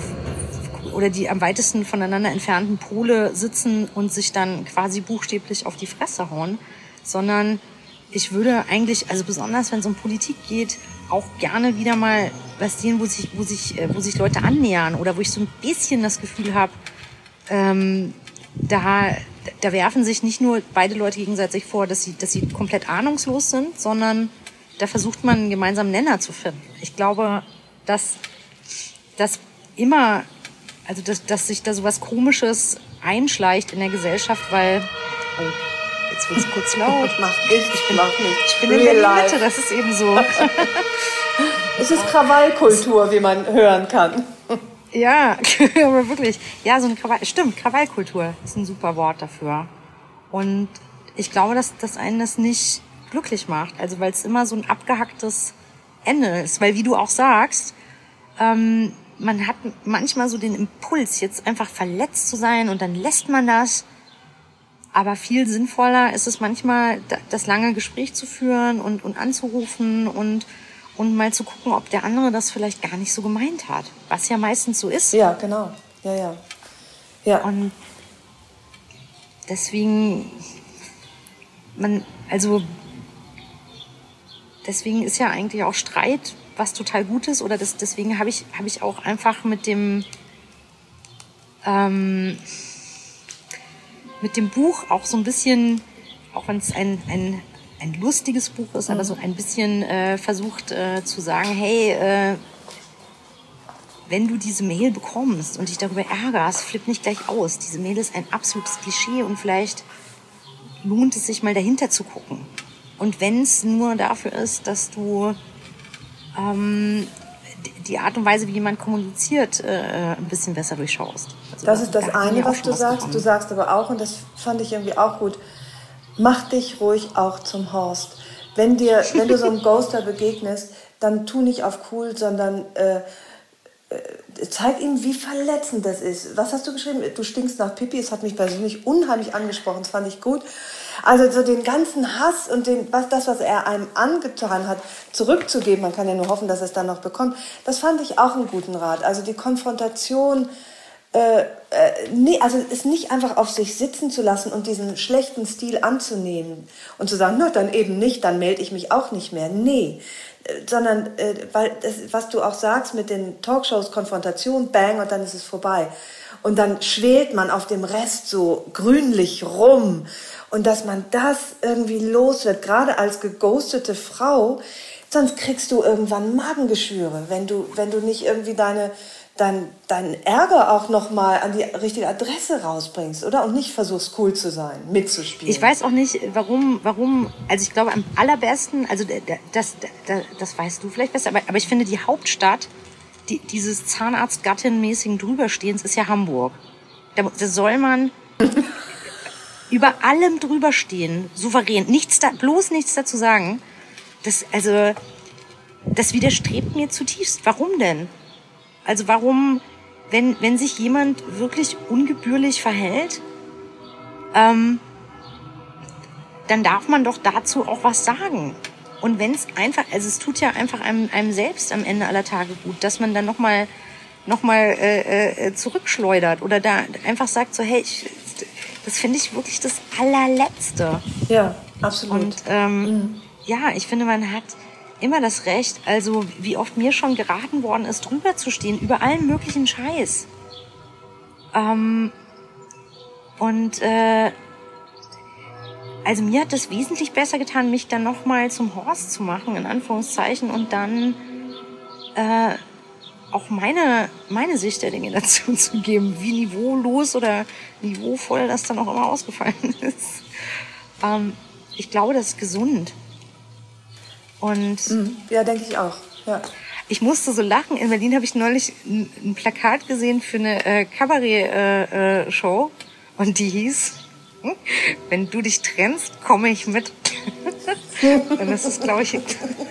oder die am weitesten voneinander entfernten Pole sitzen und sich dann quasi buchstäblich auf die Fresse hauen, sondern ich würde eigentlich, also besonders wenn es um Politik geht, auch gerne wieder mal was sehen, wo sich, wo sich, wo sich Leute annähern oder wo ich so ein bisschen das Gefühl habe, ähm, Da, da werfen sich nicht nur beide Leute gegenseitig vor, dass sie, dass sie komplett ahnungslos sind, sondern da versucht man einen gemeinsamen Nenner zu finden. Ich glaube, dass, dass immer, also dass, dass sich da so was Komisches einschleicht in der Gesellschaft, weil, oh, jetzt wird's kurz laut. Mach nicht, ich bin, mach nicht. Ich bin in der Mitte, das ist eben so. Es ist Krawallkultur, wie man hören kann. Ja, aber wirklich. Ja, so ein Krawall, stimmt, Krawallkultur ist ein super Wort dafür. Und ich glaube, dass, dass einen das nicht glücklich macht. Also, weil es immer so ein abgehacktes Ende ist. Weil, wie du auch sagst, ähm, man hat manchmal so den Impuls, jetzt einfach verletzt zu sein und dann lässt man das. Aber viel sinnvoller ist es manchmal, das lange Gespräch zu führen und, und anzurufen und, und mal zu gucken, ob der andere das vielleicht gar nicht so gemeint hat. Was ja meistens so ist. Ja, genau. Ja, ja. Ja. Und deswegen, man, also, deswegen ist ja eigentlich auch Streit was total Gutes. Oder das, deswegen habe ich, habe ich auch einfach mit dem, ähm, mit dem Buch auch so ein bisschen, auch wenn es ein, ein, ein lustiges Buch ist, mhm. aber so ein bisschen äh, versucht äh, zu sagen, hey, äh, wenn du diese Mail bekommst und dich darüber ärgerst, flipp nicht gleich aus. Diese Mail ist ein absolutes Klischee und vielleicht lohnt es sich mal dahinter zu gucken. Und wenn es nur dafür ist, dass du ähm, die Art und Weise, wie jemand kommuniziert, äh, ein bisschen besser durchschaust. Also das ist das da eine, was du sagst. Du sagst aber auch, und das fand ich irgendwie auch gut, mach dich ruhig auch zum Horst. Wenn, dir, wenn du so einem Ghoster begegnest, dann tu nicht auf cool, sondern äh, äh, zeig ihm, wie verletzend das ist. Was hast du geschrieben? Du stinkst nach Pipi. Es hat mich persönlich unheimlich angesprochen. Das fand ich gut. Also so den ganzen Hass und den, was, das, was er einem angetan hat, zurückzugeben, man kann ja nur hoffen, dass er es dann noch bekommt, das fand ich auch einen guten Rat. Also die Konfrontation, äh, äh, nee, also es nicht einfach auf sich sitzen zu lassen und diesen schlechten Stil anzunehmen und zu sagen, na, dann eben nicht, dann melde ich mich auch nicht mehr. Nee, äh, sondern, äh, weil das, was du auch sagst mit den Talkshows, Konfrontation, bang, und dann ist es vorbei. Und dann schwelt man auf dem Rest so grünlich rum. Und dass man das irgendwie los wird, gerade als geghostete Frau, sonst kriegst du irgendwann Magengeschwüre, wenn du, wenn du nicht irgendwie deine, dein, deinen Ärger auch nochmal an die richtige Adresse rausbringst, oder? Und nicht versuchst, cool zu sein, mitzuspielen. Ich weiß auch nicht, warum, warum, also ich glaube am allerbesten, also das, das, das weißt du vielleicht besser, aber, aber ich finde die Hauptstadt die, dieses Zahnarzt-Gattin-mäßigen Drüberstehens ist ja Hamburg. Da, da soll man über allem drüber stehen, souverän, nichts da, bloß nichts dazu sagen. Das, also, das widerstrebt mir zutiefst. Warum denn? Also warum, wenn, wenn sich jemand wirklich ungebührlich verhält, ähm, dann darf man doch dazu auch was sagen. Und wenn es einfach, also es tut ja einfach einem, einem selbst am Ende aller Tage gut, dass man dann nochmal noch mal, äh, äh, zurückschleudert oder da einfach sagt so, hey, ich, das finde ich wirklich das allerletzte. Ja, absolut. Und ähm, mhm. ja, ich finde, man hat immer das Recht, also wie oft mir schon geraten worden ist, drüber zu stehen, über allen möglichen Scheiß. Ähm, und äh, also mir hat das wesentlich besser getan, mich dann nochmal zum Horst zu machen, in Anführungszeichen, und dann äh, auch meine, meine Sicht der Dinge dazu zu geben, wie niveaulos oder niveauvoll das dann auch immer ausgefallen ist. Ähm, ich glaube, das ist gesund. Und ja, denke ich auch. Ja. Ich musste so lachen. In Berlin habe ich neulich ein, ein Plakat gesehen für eine äh, Kabarett-Show. Äh, und die hieß, hm, wenn du dich trennst, komme ich mit. Und das ist, glaube ich...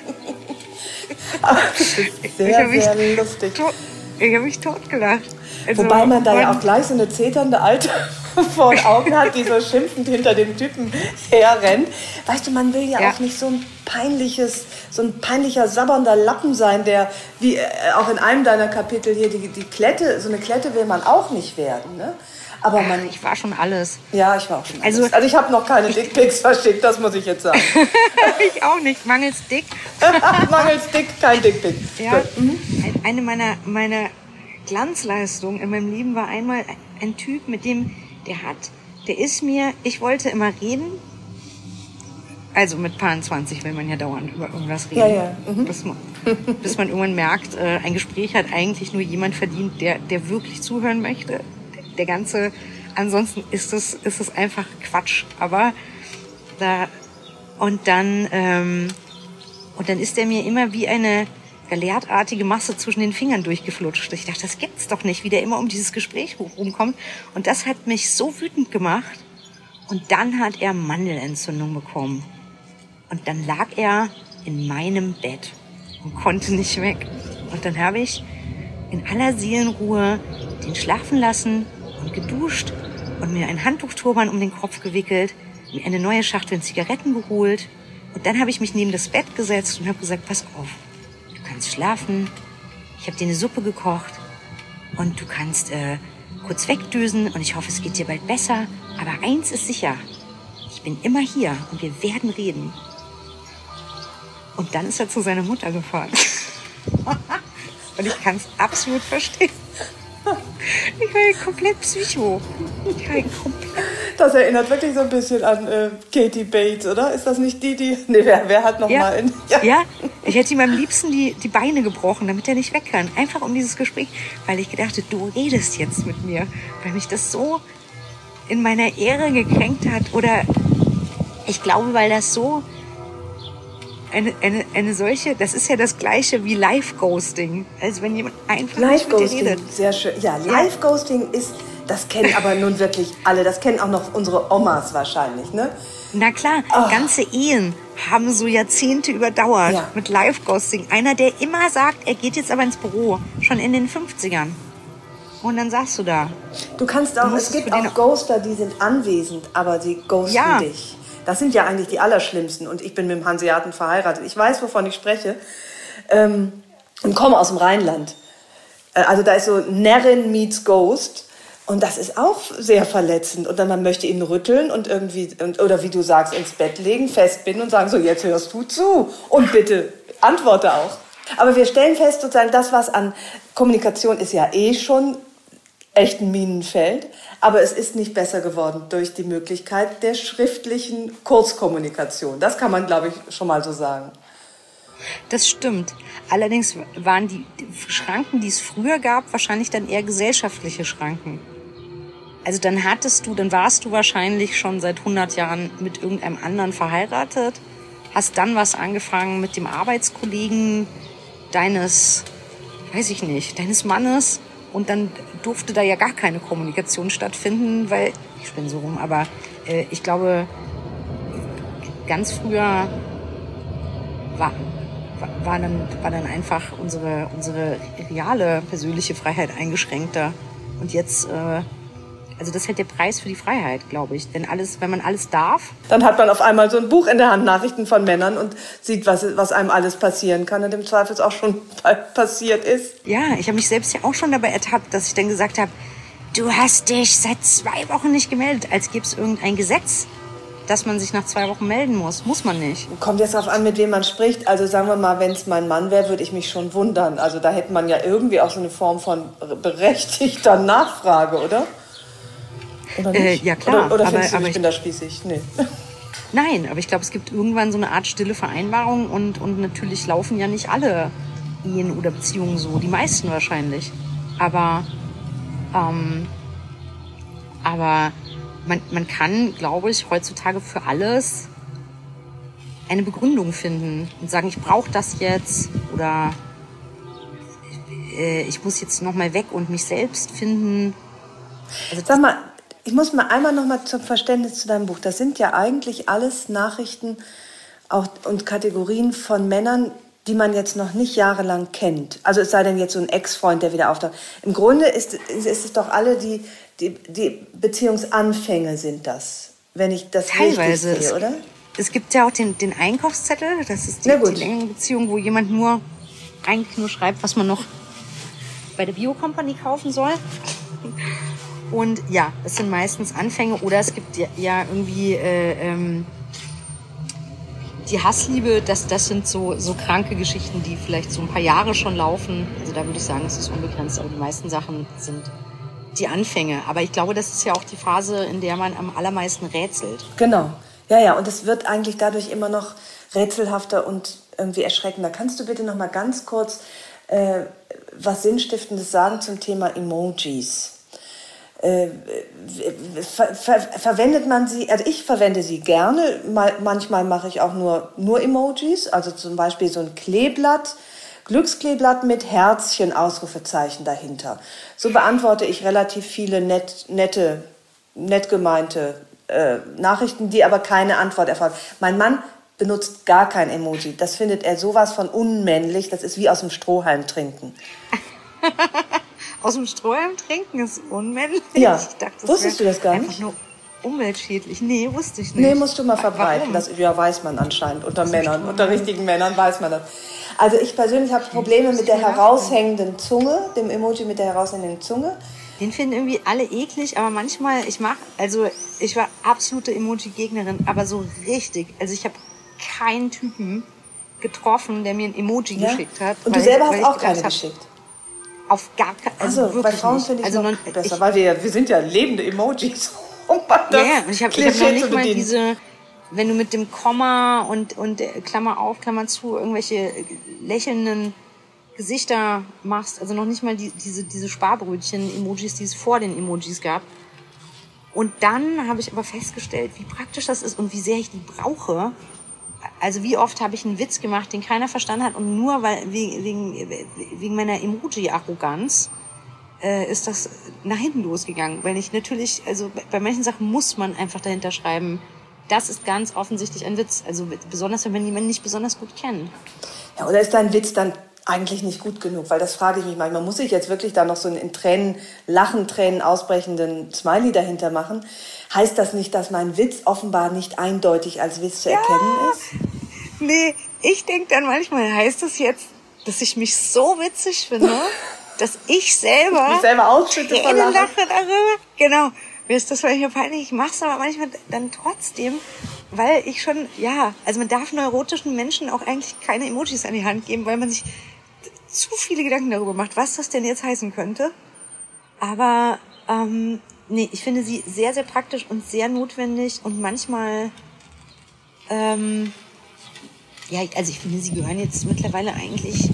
Das ist sehr, ich sehr mich lustig. Tot, ich habe mich totgelacht. Also, wobei man da ja auch gleich so eine zeternde Alte vor den Augen hat, die so schimpfend hinter dem Typen herrennt. Weißt du, man will ja, ja auch nicht so ein peinliches, so ein peinlicher, sabbernder Lappen sein, der, wie äh, auch in einem deiner Kapitel hier, die, die Klette, so eine Klette will man auch nicht werden, ne? Aber man, Ach, ich war schon alles. Ja, ich war auch schon also, alles. Also ich habe noch keine Dickpics verschickt, das muss ich jetzt sagen. Ich auch nicht, mangels Dick. Mangels Dick, kein Dickpic. Ja, mhm. Eine meiner, meiner Glanzleistungen in meinem Leben war einmal ein Typ, mit dem, der hat, der ist mir, ich wollte immer reden, also mit Paar zwanzig will man ja dauernd über irgendwas reden, ja, ja. Mhm. bis, man, bis man irgendwann merkt, äh, ein Gespräch hat eigentlich nur jemand verdient, der, der wirklich zuhören möchte. Der ganze, ansonsten ist es, ist es einfach Quatsch. Aber da, und dann, ähm, und dann ist er mir immer wie eine galertartige Masse zwischen den Fingern durchgeflutscht. Ich dachte, das gibt's doch nicht, wie der immer um dieses Gespräch rumkommt. Und das hat mich so wütend gemacht. Und dann hat er Mandelentzündung bekommen. Und dann lag er in meinem Bett und konnte nicht weg. Und dann habe ich in aller Seelenruhe den schlafen lassen und geduscht und mir ein Handtuchturban um den Kopf gewickelt, mir eine neue Schachtel Zigaretten geholt und dann habe ich mich neben das Bett gesetzt und habe gesagt, pass auf, jetzt schlafen. Ich habe dir eine Suppe gekocht und du kannst äh, kurz wegdösen und ich hoffe, es geht dir bald besser. Aber eins ist sicher, ich bin immer hier und wir werden reden. Und dann ist er zu seiner Mutter gefahren. Und ich kann es absolut verstehen. Ich war ja komplett psycho. Ich war ja komplett... Das erinnert wirklich so ein bisschen an äh, Katie Bates, oder? Ist das nicht die, die... Nee, wer, wer hat noch ja. mal... In, ja. ja, ich hätte ihm am liebsten die, die Beine gebrochen, damit er nicht weg kann. Einfach um dieses Gespräch, weil ich gedacht, du redest jetzt mit mir. Weil mich das so in meiner Ehre gekränkt hat. Oder ich glaube, weil das so... Eine, eine, eine solche, das ist ja das Gleiche wie Live-Ghosting. Also wenn jemand einfach nicht mit dir redet. Sehr schön. Ja, Live-Ghosting ist, das kennen aber nun wirklich alle. Das kennen auch noch unsere Omas wahrscheinlich, ne? Na klar, oh. ganze Ehen haben so Jahrzehnte überdauert ja. mit Live-Ghosting. Einer, der immer sagt, er geht jetzt aber ins Büro, schon in den fünfzigern. Und dann sagst du da. Du kannst auch, du es gibt auch Ghoster, die sind anwesend, aber sie ghosten ja. dich. Das sind ja eigentlich die Allerschlimmsten. Und ich bin mit dem Hanseaten verheiratet. Ich weiß, wovon ich spreche. Ähm, und komme aus dem Rheinland. Äh, also da ist so Närrin meets Ghost. Und das ist auch sehr verletzend. Und dann man möchte ihn rütteln und irgendwie, und, oder wie du sagst, ins Bett legen, festbinden und sagen, so jetzt hörst du zu. Und bitte antworte auch. Aber wir stellen fest, sozusagen, das, was an Kommunikation ist ja eh schon echt ein Minenfeld. Aber es ist nicht besser geworden durch die Möglichkeit der schriftlichen Kurzkommunikation. Das kann man, glaube ich, schon mal so sagen. Das stimmt. Allerdings waren die Schranken, die es früher gab, wahrscheinlich dann eher gesellschaftliche Schranken. Also dann hattest du, dann warst du wahrscheinlich schon seit hundert Jahren mit irgendeinem anderen verheiratet, hast dann was angefangen mit dem Arbeitskollegen deines, weiß ich nicht, deines Mannes. Und dann durfte da ja gar keine Kommunikation stattfinden, weil, ich spinne so rum, aber äh, ich glaube, ganz früher war, war, dann, war dann einfach unsere, unsere reale persönliche Freiheit eingeschränkter. Und jetzt, äh, also das ist halt der Preis für die Freiheit, glaube ich. Wenn alles, wenn man alles darf. Dann hat man auf einmal so ein Buch in der Hand, Nachrichten von Männern und sieht, was, was einem alles passieren kann und im Zweifel auch schon passiert ist. Ja, ich habe mich selbst ja auch schon dabei ertappt, dass ich dann gesagt habe, du hast dich seit zwei Wochen nicht gemeldet, als gäbe es irgendein Gesetz, dass man sich nach zwei Wochen melden muss. Muss man nicht. Kommt jetzt darauf an, mit wem man spricht. Also sagen wir mal, wenn es mein Mann wäre, würde ich mich schon wundern. Also da hätte man ja irgendwie auch so eine Form von berechtigter Nachfrage, oder? Oder nicht? Äh, ja, klar. Oder, oder aber, findest du, aber ich bin da spießig? Nee. Nein, aber ich glaube, es gibt irgendwann so eine Art stille Vereinbarung und, und natürlich laufen ja nicht alle Ehen oder Beziehungen so, die meisten wahrscheinlich. Aber, ähm, aber man, man kann, glaube ich, heutzutage für alles eine Begründung finden und sagen, ich brauche das jetzt oder äh, ich muss jetzt noch mal weg und mich selbst finden. Also sag mal, ich muss mal einmal noch mal zum Verständnis zu deinem Buch. Das sind ja eigentlich alles Nachrichten auch, und Kategorien von Männern, die man jetzt noch nicht jahrelang kennt. Also es sei denn jetzt so ein Ex-Freund, der wieder auftaucht. Im Grunde ist, ist es doch alle, die, die, die Beziehungsanfänge sind das, wenn ich das teilweise richtig sehe, oder? Es gibt ja auch den, den Einkaufszettel, das ist die, die längere Beziehung, wo jemand nur eigentlich nur schreibt, was man noch bei der Bio-Company kaufen soll. Und ja, es sind meistens Anfänge oder es gibt ja, ja irgendwie äh, ähm, die Hassliebe, das, das sind so, so kranke Geschichten, die vielleicht so ein paar Jahre schon laufen. Also da würde ich sagen, es ist unbegrenzt, aber die meisten Sachen sind die Anfänge. Aber ich glaube, das ist ja auch die Phase, in der man am allermeisten rätselt. Genau, ja, ja, und es wird eigentlich dadurch immer noch rätselhafter und irgendwie erschreckender. Kannst du bitte noch mal ganz kurz äh, was Sinnstiftendes sagen zum Thema Emojis? Äh, ver, ver, verwendet man sie, also ich verwende sie gerne, mal, manchmal mache ich auch nur, nur Emojis, also zum Beispiel so ein Kleeblatt, Glückskleeblatt mit Herzchen, Ausrufezeichen dahinter. So beantworte ich relativ viele nett, nette, nett gemeinte äh, Nachrichten, die aber keine Antwort erfordern. Mein Mann benutzt gar kein Emoji, das findet er sowas von unmännlich, das ist wie aus dem Strohhalm trinken. Aus dem Strohhalm trinken ist unmännlich. Ja, ich dachte, das wusstest du das gar nicht? Nur, umweltschädlich. Nee, wusste ich nicht. Nee, musst du mal verbreiten. Warum? Das ja, weiß man anscheinend. Unter Männern, unter richtigen Männern weiß man das. Also ich persönlich habe Probleme mit der heraushängenden Zunge, dem Emoji mit der heraushängenden Zunge. Den finden irgendwie alle eklig, aber manchmal, ich mach, also ich war absolute Emoji-Gegnerin, aber so richtig. Also ich habe keinen Typen getroffen, der mir ein Emoji ja? geschickt hat. Und du selber hast auch keine geschickt? Auf gar keinen Fall. Also bei Frauen finde ich also noch besser, ich, weil wir, wir sind ja lebende Emojis. Um das ja, ja, und ich habe hab noch nicht mal diese, wenn du mit dem Komma und, und Klammer auf, Klammer zu, irgendwelche lächelnden Gesichter machst, also noch nicht mal die, diese, diese Sparbrötchen-Emojis, die es vor den Emojis gab. Und dann habe ich aber festgestellt, wie praktisch das ist und wie sehr ich die brauche. Also wie oft habe ich einen Witz gemacht, den keiner verstanden hat und nur weil wegen, wegen meiner Emoji-Arroganz äh, ist das nach hinten losgegangen. Weil ich natürlich, also bei manchen Sachen muss man einfach dahinter schreiben, das ist ganz offensichtlich ein Witz. Also besonders, wenn man jemanden nicht besonders gut kennt. Ja, oder ist dein Witz dann eigentlich nicht gut genug? Weil das frage ich mich manchmal. Muss ich jetzt wirklich da noch so einen in Tränen, Lachen, Tränen ausbrechenden Smiley dahinter machen? Heißt das nicht, dass mein Witz offenbar nicht eindeutig als Witz zu erkennen ja. ist? Nee, ich denke dann manchmal, heißt das jetzt, dass ich mich so witzig finde, dass ich selber, mich selber ausschütte vor Lachen. Lache darüber? Genau. Mir ist das manchmal peinlich. Ich mache es aber manchmal dann trotzdem, weil ich schon, ja, also man darf neurotischen Menschen auch eigentlich keine Emojis an die Hand geben, weil man sich zu viele Gedanken darüber macht, was das denn jetzt heißen könnte. Aber ähm, nee, ich finde sie sehr, sehr praktisch und sehr notwendig und manchmal, ähm, ja, also ich finde, sie gehören jetzt mittlerweile eigentlich,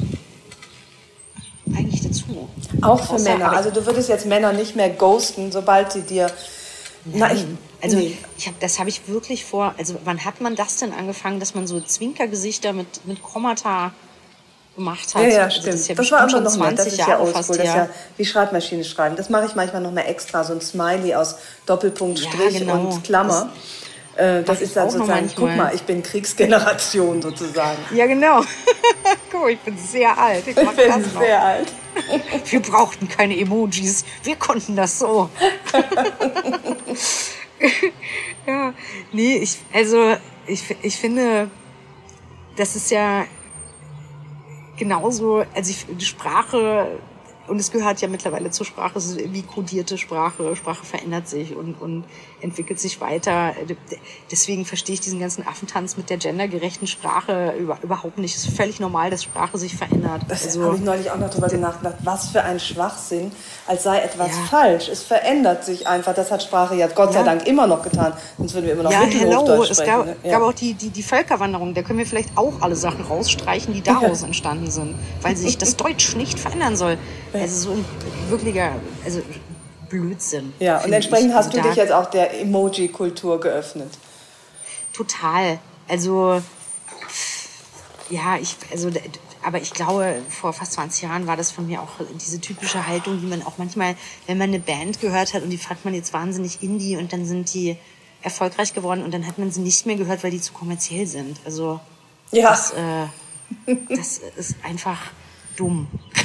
eigentlich dazu. Auch für Außer, Männer. Also du würdest jetzt Männer nicht mehr ghosten, sobald sie dir... Nein, Nein. also nee. ich hab, das habe ich wirklich vor, also wann hat man das denn angefangen, dass man so Zwinkergesichter mit, mit Kommata gemacht hat? Ja, ja, also stimmt. Das, ja das war immer noch zwanzig das ist ja Jahre oldschool, fast, das ist ja. ja wie Schreibmaschine schreiben. Das mache ich manchmal noch mal extra, so ein Smiley aus Doppelpunkt, Strich ja, genau. und Klammer. Das, das ist dann sozusagen, guck mal, ich bin Kriegsgeneration sozusagen. Ja, genau. Guck, ich bin sehr alt. Ich, mach ich bin das noch. sehr alt. Wir brauchten keine Emojis. Wir konnten das so. Ja, nee, ich, also, ich, ich finde, das ist ja genauso, also ich, die Sprache, und es gehört ja mittlerweile zur Sprache, es ist wie kodierte Sprache. Sprache verändert sich und, und entwickelt sich weiter. Deswegen verstehe ich diesen ganzen Affentanz mit der gendergerechten Sprache über, überhaupt nicht. Es ist völlig normal, dass Sprache sich verändert. Das also, habe ich neulich auch noch drüber nachgedacht. Was für ein Schwachsinn, als sei etwas ja. falsch. Es verändert sich einfach. Das hat Sprache ja Gott ja. sei Dank immer noch getan. Sonst würden wir immer noch ja, Mittelhochdeutsch hello. sprechen. Es gab, ne? ja. gab auch die, die, die Völkerwanderung. Da können wir vielleicht auch alle Sachen rausstreichen, die daraus ja. entstanden sind. Weil sich das Deutsch nicht verändern soll. Also so ein wirklicher, also Blödsinn. Ja, und entsprechend hast du dich jetzt auch der Emoji-Kultur geöffnet. Total. Also, ja, ich, also, aber ich glaube, vor fast zwanzig Jahren war das von mir auch diese typische Haltung, die man auch manchmal, wenn man eine Band gehört hat und die fand man jetzt wahnsinnig Indie und dann sind die erfolgreich geworden und dann hat man sie nicht mehr gehört, weil die zu kommerziell sind. Also, ja. das, äh, das ist einfach dumm.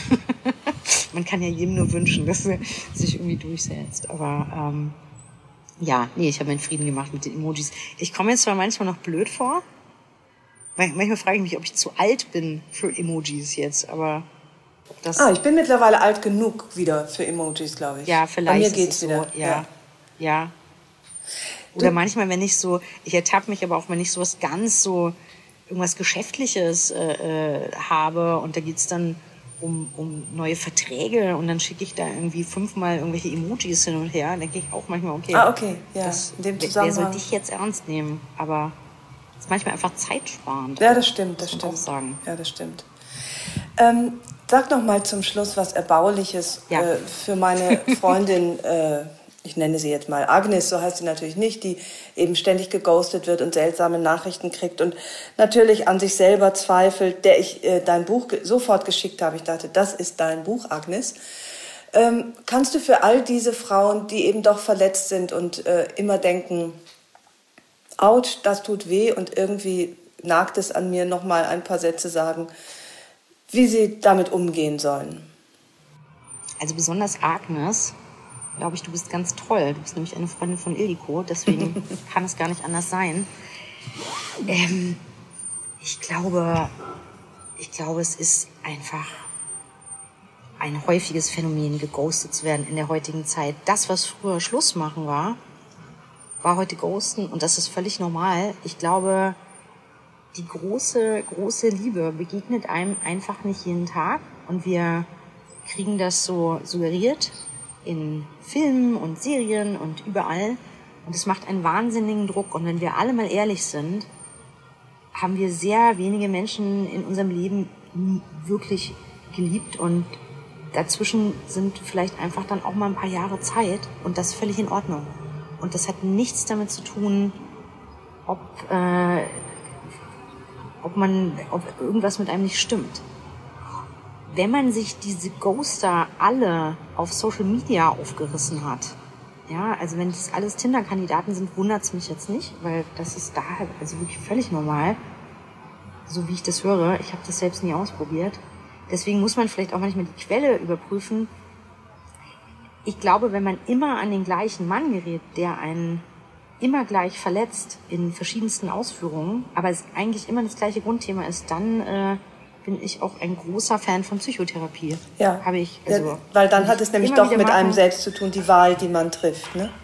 Man kann ja jedem nur wünschen, dass er sich irgendwie durchsetzt. Aber ähm, ja, nee, ich habe meinen Frieden gemacht mit den Emojis. Ich komme jetzt zwar manchmal noch blöd vor. Manchmal frage ich mich, ob ich zu alt bin für Emojis jetzt. Aber ob das... Ah, ich bin mittlerweile alt genug wieder für Emojis, glaube ich. Ja, vielleicht Bei mir ist geht's es so. wieder. Ja, ja. ja. Oder du, manchmal, wenn ich so... Ich ertappe mich aber auch, wenn ich sowas ganz so... irgendwas Geschäftliches äh, äh, habe und da geht's dann um, um neue Verträge und dann schicke ich da irgendwie fünfmal irgendwelche Emojis hin und her, dann denke ich auch manchmal, okay, ah, okay. Ja. Das, in dem wer soll dich jetzt ernst nehmen? Aber es ist manchmal einfach zeitsparend. Ja, das stimmt, das muss stimmt. Auch sagen. Ja, das stimmt. Ähm, sag noch mal zum Schluss was Erbauliches ja. äh, für meine Freundin, äh, ich nenne sie jetzt mal Agnes, so heißt sie natürlich nicht, die eben ständig geghostet wird und seltsame Nachrichten kriegt und natürlich an sich selber zweifelt, der ich äh, dein Buch ge- sofort geschickt habe. Ich dachte, das ist dein Buch, Agnes. Ähm, kannst du für all diese Frauen, die eben doch verletzt sind und äh, immer denken, ouch, das tut weh und irgendwie nagt es an mir, noch mal ein paar Sätze sagen, wie sie damit umgehen sollen? Also besonders Agnes glaube ich, du bist ganz toll. Du bist nämlich eine Freundin von Ildiko, deswegen kann es gar nicht anders sein. Ähm, ich glaube, ich glaube, es ist einfach ein häufiges Phänomen, geghostet zu werden in der heutigen Zeit. Das, was früher Schluss machen war, war heute Ghosten und das ist völlig normal. Ich glaube, die große, große Liebe begegnet einem einfach nicht jeden Tag und wir kriegen das so suggeriert in Filmen und Serien und überall und es macht einen wahnsinnigen Druck und wenn wir alle mal ehrlich sind, haben wir sehr wenige Menschen in unserem Leben wirklich geliebt und dazwischen sind vielleicht einfach dann auch mal ein paar Jahre Zeit und das ist völlig in Ordnung. Und das hat nichts damit zu tun, ob, äh, ob man, ob irgendwas mit einem nicht stimmt. Wenn man sich diese Ghoster alle auf Social Media aufgerissen hat, ja, also wenn das alles Tinder-Kandidaten sind, wundert's mich jetzt nicht, weil das ist da halt also wirklich völlig normal, so wie ich das höre. Ich habe das selbst nie ausprobiert. Deswegen muss man vielleicht auch manchmal die Quelle überprüfen. Ich glaube, wenn man immer an den gleichen Mann gerät, der einen immer gleich verletzt in verschiedensten Ausführungen, aber es eigentlich immer das gleiche Grundthema ist, dann äh, bin ich auch ein großer Fan von Psychotherapie. Ja, habe ich. Also, ja, weil dann hat es nämlich doch mit machen. einem selbst zu tun, die Wahl, die man trifft, ne?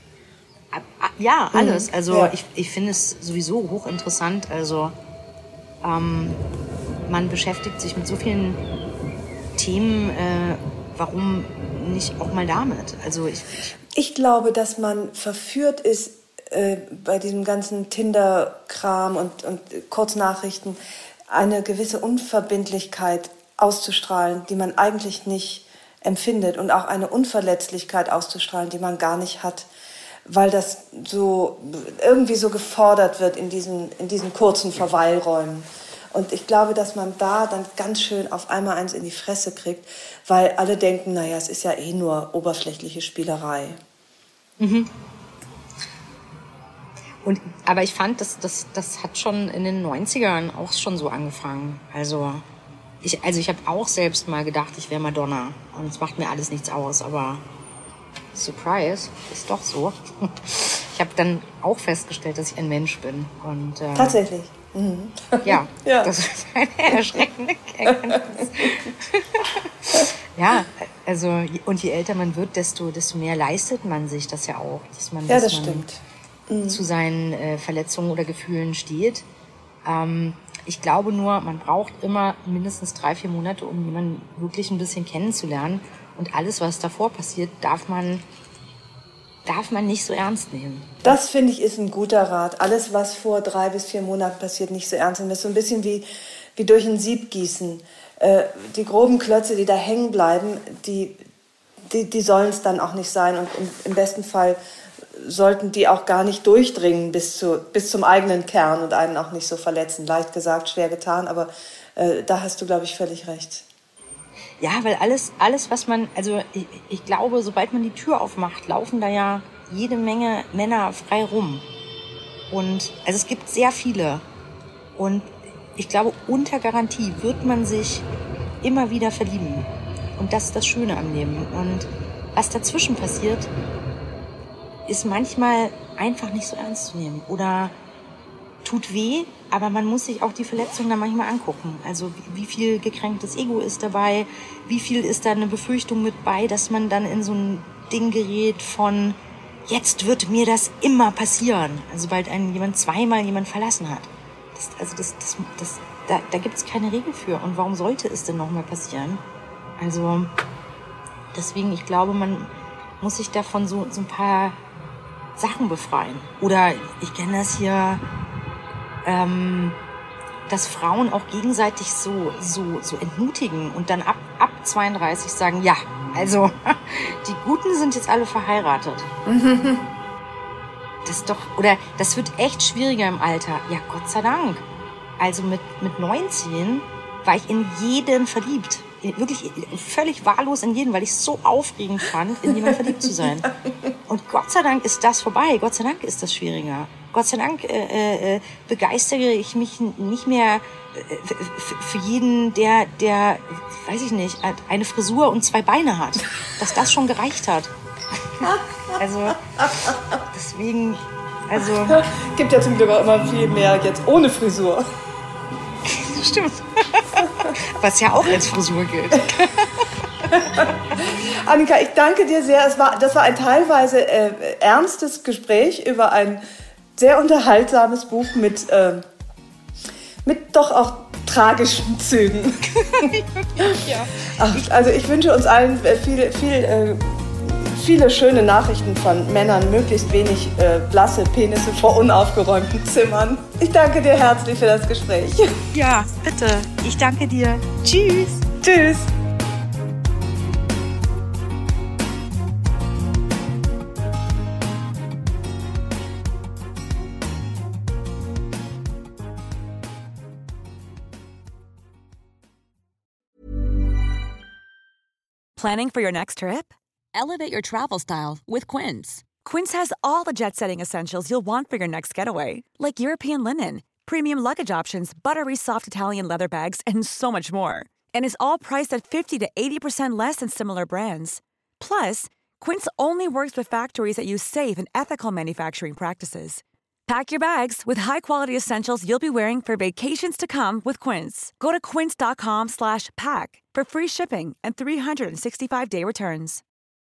Ja, alles. Also ja. ich, ich finde es sowieso hochinteressant. Also ähm, man beschäftigt sich mit so vielen Themen, äh, warum nicht auch mal damit? Also ich, ich, ich glaube, dass man verführt ist äh, bei diesem ganzen Tinder-Kram und, und Kurznachrichten, eine gewisse Unverbindlichkeit auszustrahlen, die man eigentlich nicht empfindet und auch eine Unverletzlichkeit auszustrahlen, die man gar nicht hat, weil das so irgendwie so gefordert wird in diesen, in diesen kurzen Verweilräumen. Und ich glaube, dass man da dann ganz schön auf einmal eins in die Fresse kriegt, weil alle denken, naja, es ist ja eh nur oberflächliche Spielerei. Mhm. Und, aber ich fand, das, das, das hat schon in den neunzigern auch schon so angefangen. Also ich, also ich habe auch selbst mal gedacht, ich wäre Madonna. Und es macht mir alles nichts aus, aber Surprise, ist doch so. Ich habe dann auch festgestellt, dass ich ein Mensch bin. Und, äh, tatsächlich? Mhm. Ja, ja, das ist eine erschreckende Erkenntnis. Ja, also und je älter man wird, desto, desto mehr leistet man sich das ja auch. Dass man, ja, dass das man stimmt. Mhm. zu seinen äh, Verletzungen oder Gefühlen steht. Ähm, ich glaube nur, man braucht immer mindestens drei, vier Monate, um jemanden wirklich ein bisschen kennenzulernen. Und alles, was davor passiert, darf man darf man nicht so ernst nehmen. Das, finde ich, ist ein guter Rat. Alles, was vor drei bis vier Monaten passiert, nicht so ernst nehmen. Das ist so ein bisschen wie, wie durch ein Sieb gießen. Äh, die groben Klötze, die da hängen bleiben, die, die, die sollen es dann auch nicht sein. Und im, im besten Fall sollten die auch gar nicht durchdringen bis, zu, bis zum eigenen Kern und einen auch nicht so verletzen. Leicht gesagt, schwer getan, aber äh, da hast du, glaube ich, völlig recht. Ja, weil alles, alles, was man, also ich, ich glaube, sobald man die Tür aufmacht, laufen da ja jede Menge Männer frei rum. Und also es gibt sehr viele. Und ich glaube, unter Garantie wird man sich immer wieder verlieben. Und das ist das Schöne am Leben. Und was dazwischen passiert, ist manchmal einfach nicht so ernst zu nehmen. Oder tut weh, aber man muss sich auch die Verletzung dann manchmal angucken. Also wie, wie viel gekränktes Ego ist dabei, wie viel ist da eine Befürchtung mit bei, dass man dann in so ein Ding gerät von, jetzt wird mir das immer passieren. Also sobald einen jemand zweimal jemand verlassen hat. Das, also das, das, das, da, da gibt es keine Regel für. Und warum sollte es denn nochmal passieren? Also deswegen, ich glaube, man muss sich davon so, so ein paar Sachen befreien. Oder ich kenne das hier, ähm, dass Frauen auch gegenseitig so, so, so entmutigen und dann ab, ab zweiunddreißig sagen, ja, also die Guten sind jetzt alle verheiratet. Das ist doch, oder das wird echt schwieriger im Alter. Ja, Gott sei Dank. Also mit, mit neunzehn war ich in jeden verliebt. Wirklich völlig wahllos in jeden, weil ich es so aufregend fand, in jemanden verliebt zu sein. Und Gott sei Dank ist das vorbei. Gott sei Dank ist das schwieriger. Gott sei Dank äh, äh, begeistere ich mich nicht mehr äh, für jeden, der, der, weiß ich nicht, eine Frisur und zwei Beine hat. Dass das schon gereicht hat. Also, deswegen, also... Gibt ja zum Glück auch immer viel mehr jetzt ohne Frisur. Stimmt. Was ja auch als Frisur gilt. Annika, ich danke dir sehr. Es war, das war ein teilweise äh, ernstes Gespräch über ein sehr unterhaltsames Buch mit, äh, mit doch auch tragischen Zügen. Ja. Ach, also ich wünsche uns allen viel, viel, äh, viele schöne Nachrichten von Männern, möglichst wenig äh, blasse Penisse vor unaufgeräumten Zimmern. Ich danke dir herzlich für das Gespräch. Ja, bitte. Ich danke dir. Tschüss. Tschüss. Planning for your next trip? Elevate your travel style with Quince. Quince has all the jet-setting essentials you'll want for your next getaway, like European linen, premium luggage options, buttery soft Italian leather bags, and so much more. And is all priced at fifty to eighty percent less than similar brands. Plus, Quince only works with factories that use safe and ethical manufacturing practices. Pack your bags with high-quality essentials you'll be wearing for vacations to come with Quince. Go to quince.com slash pack for free shipping and three sixty-five day returns.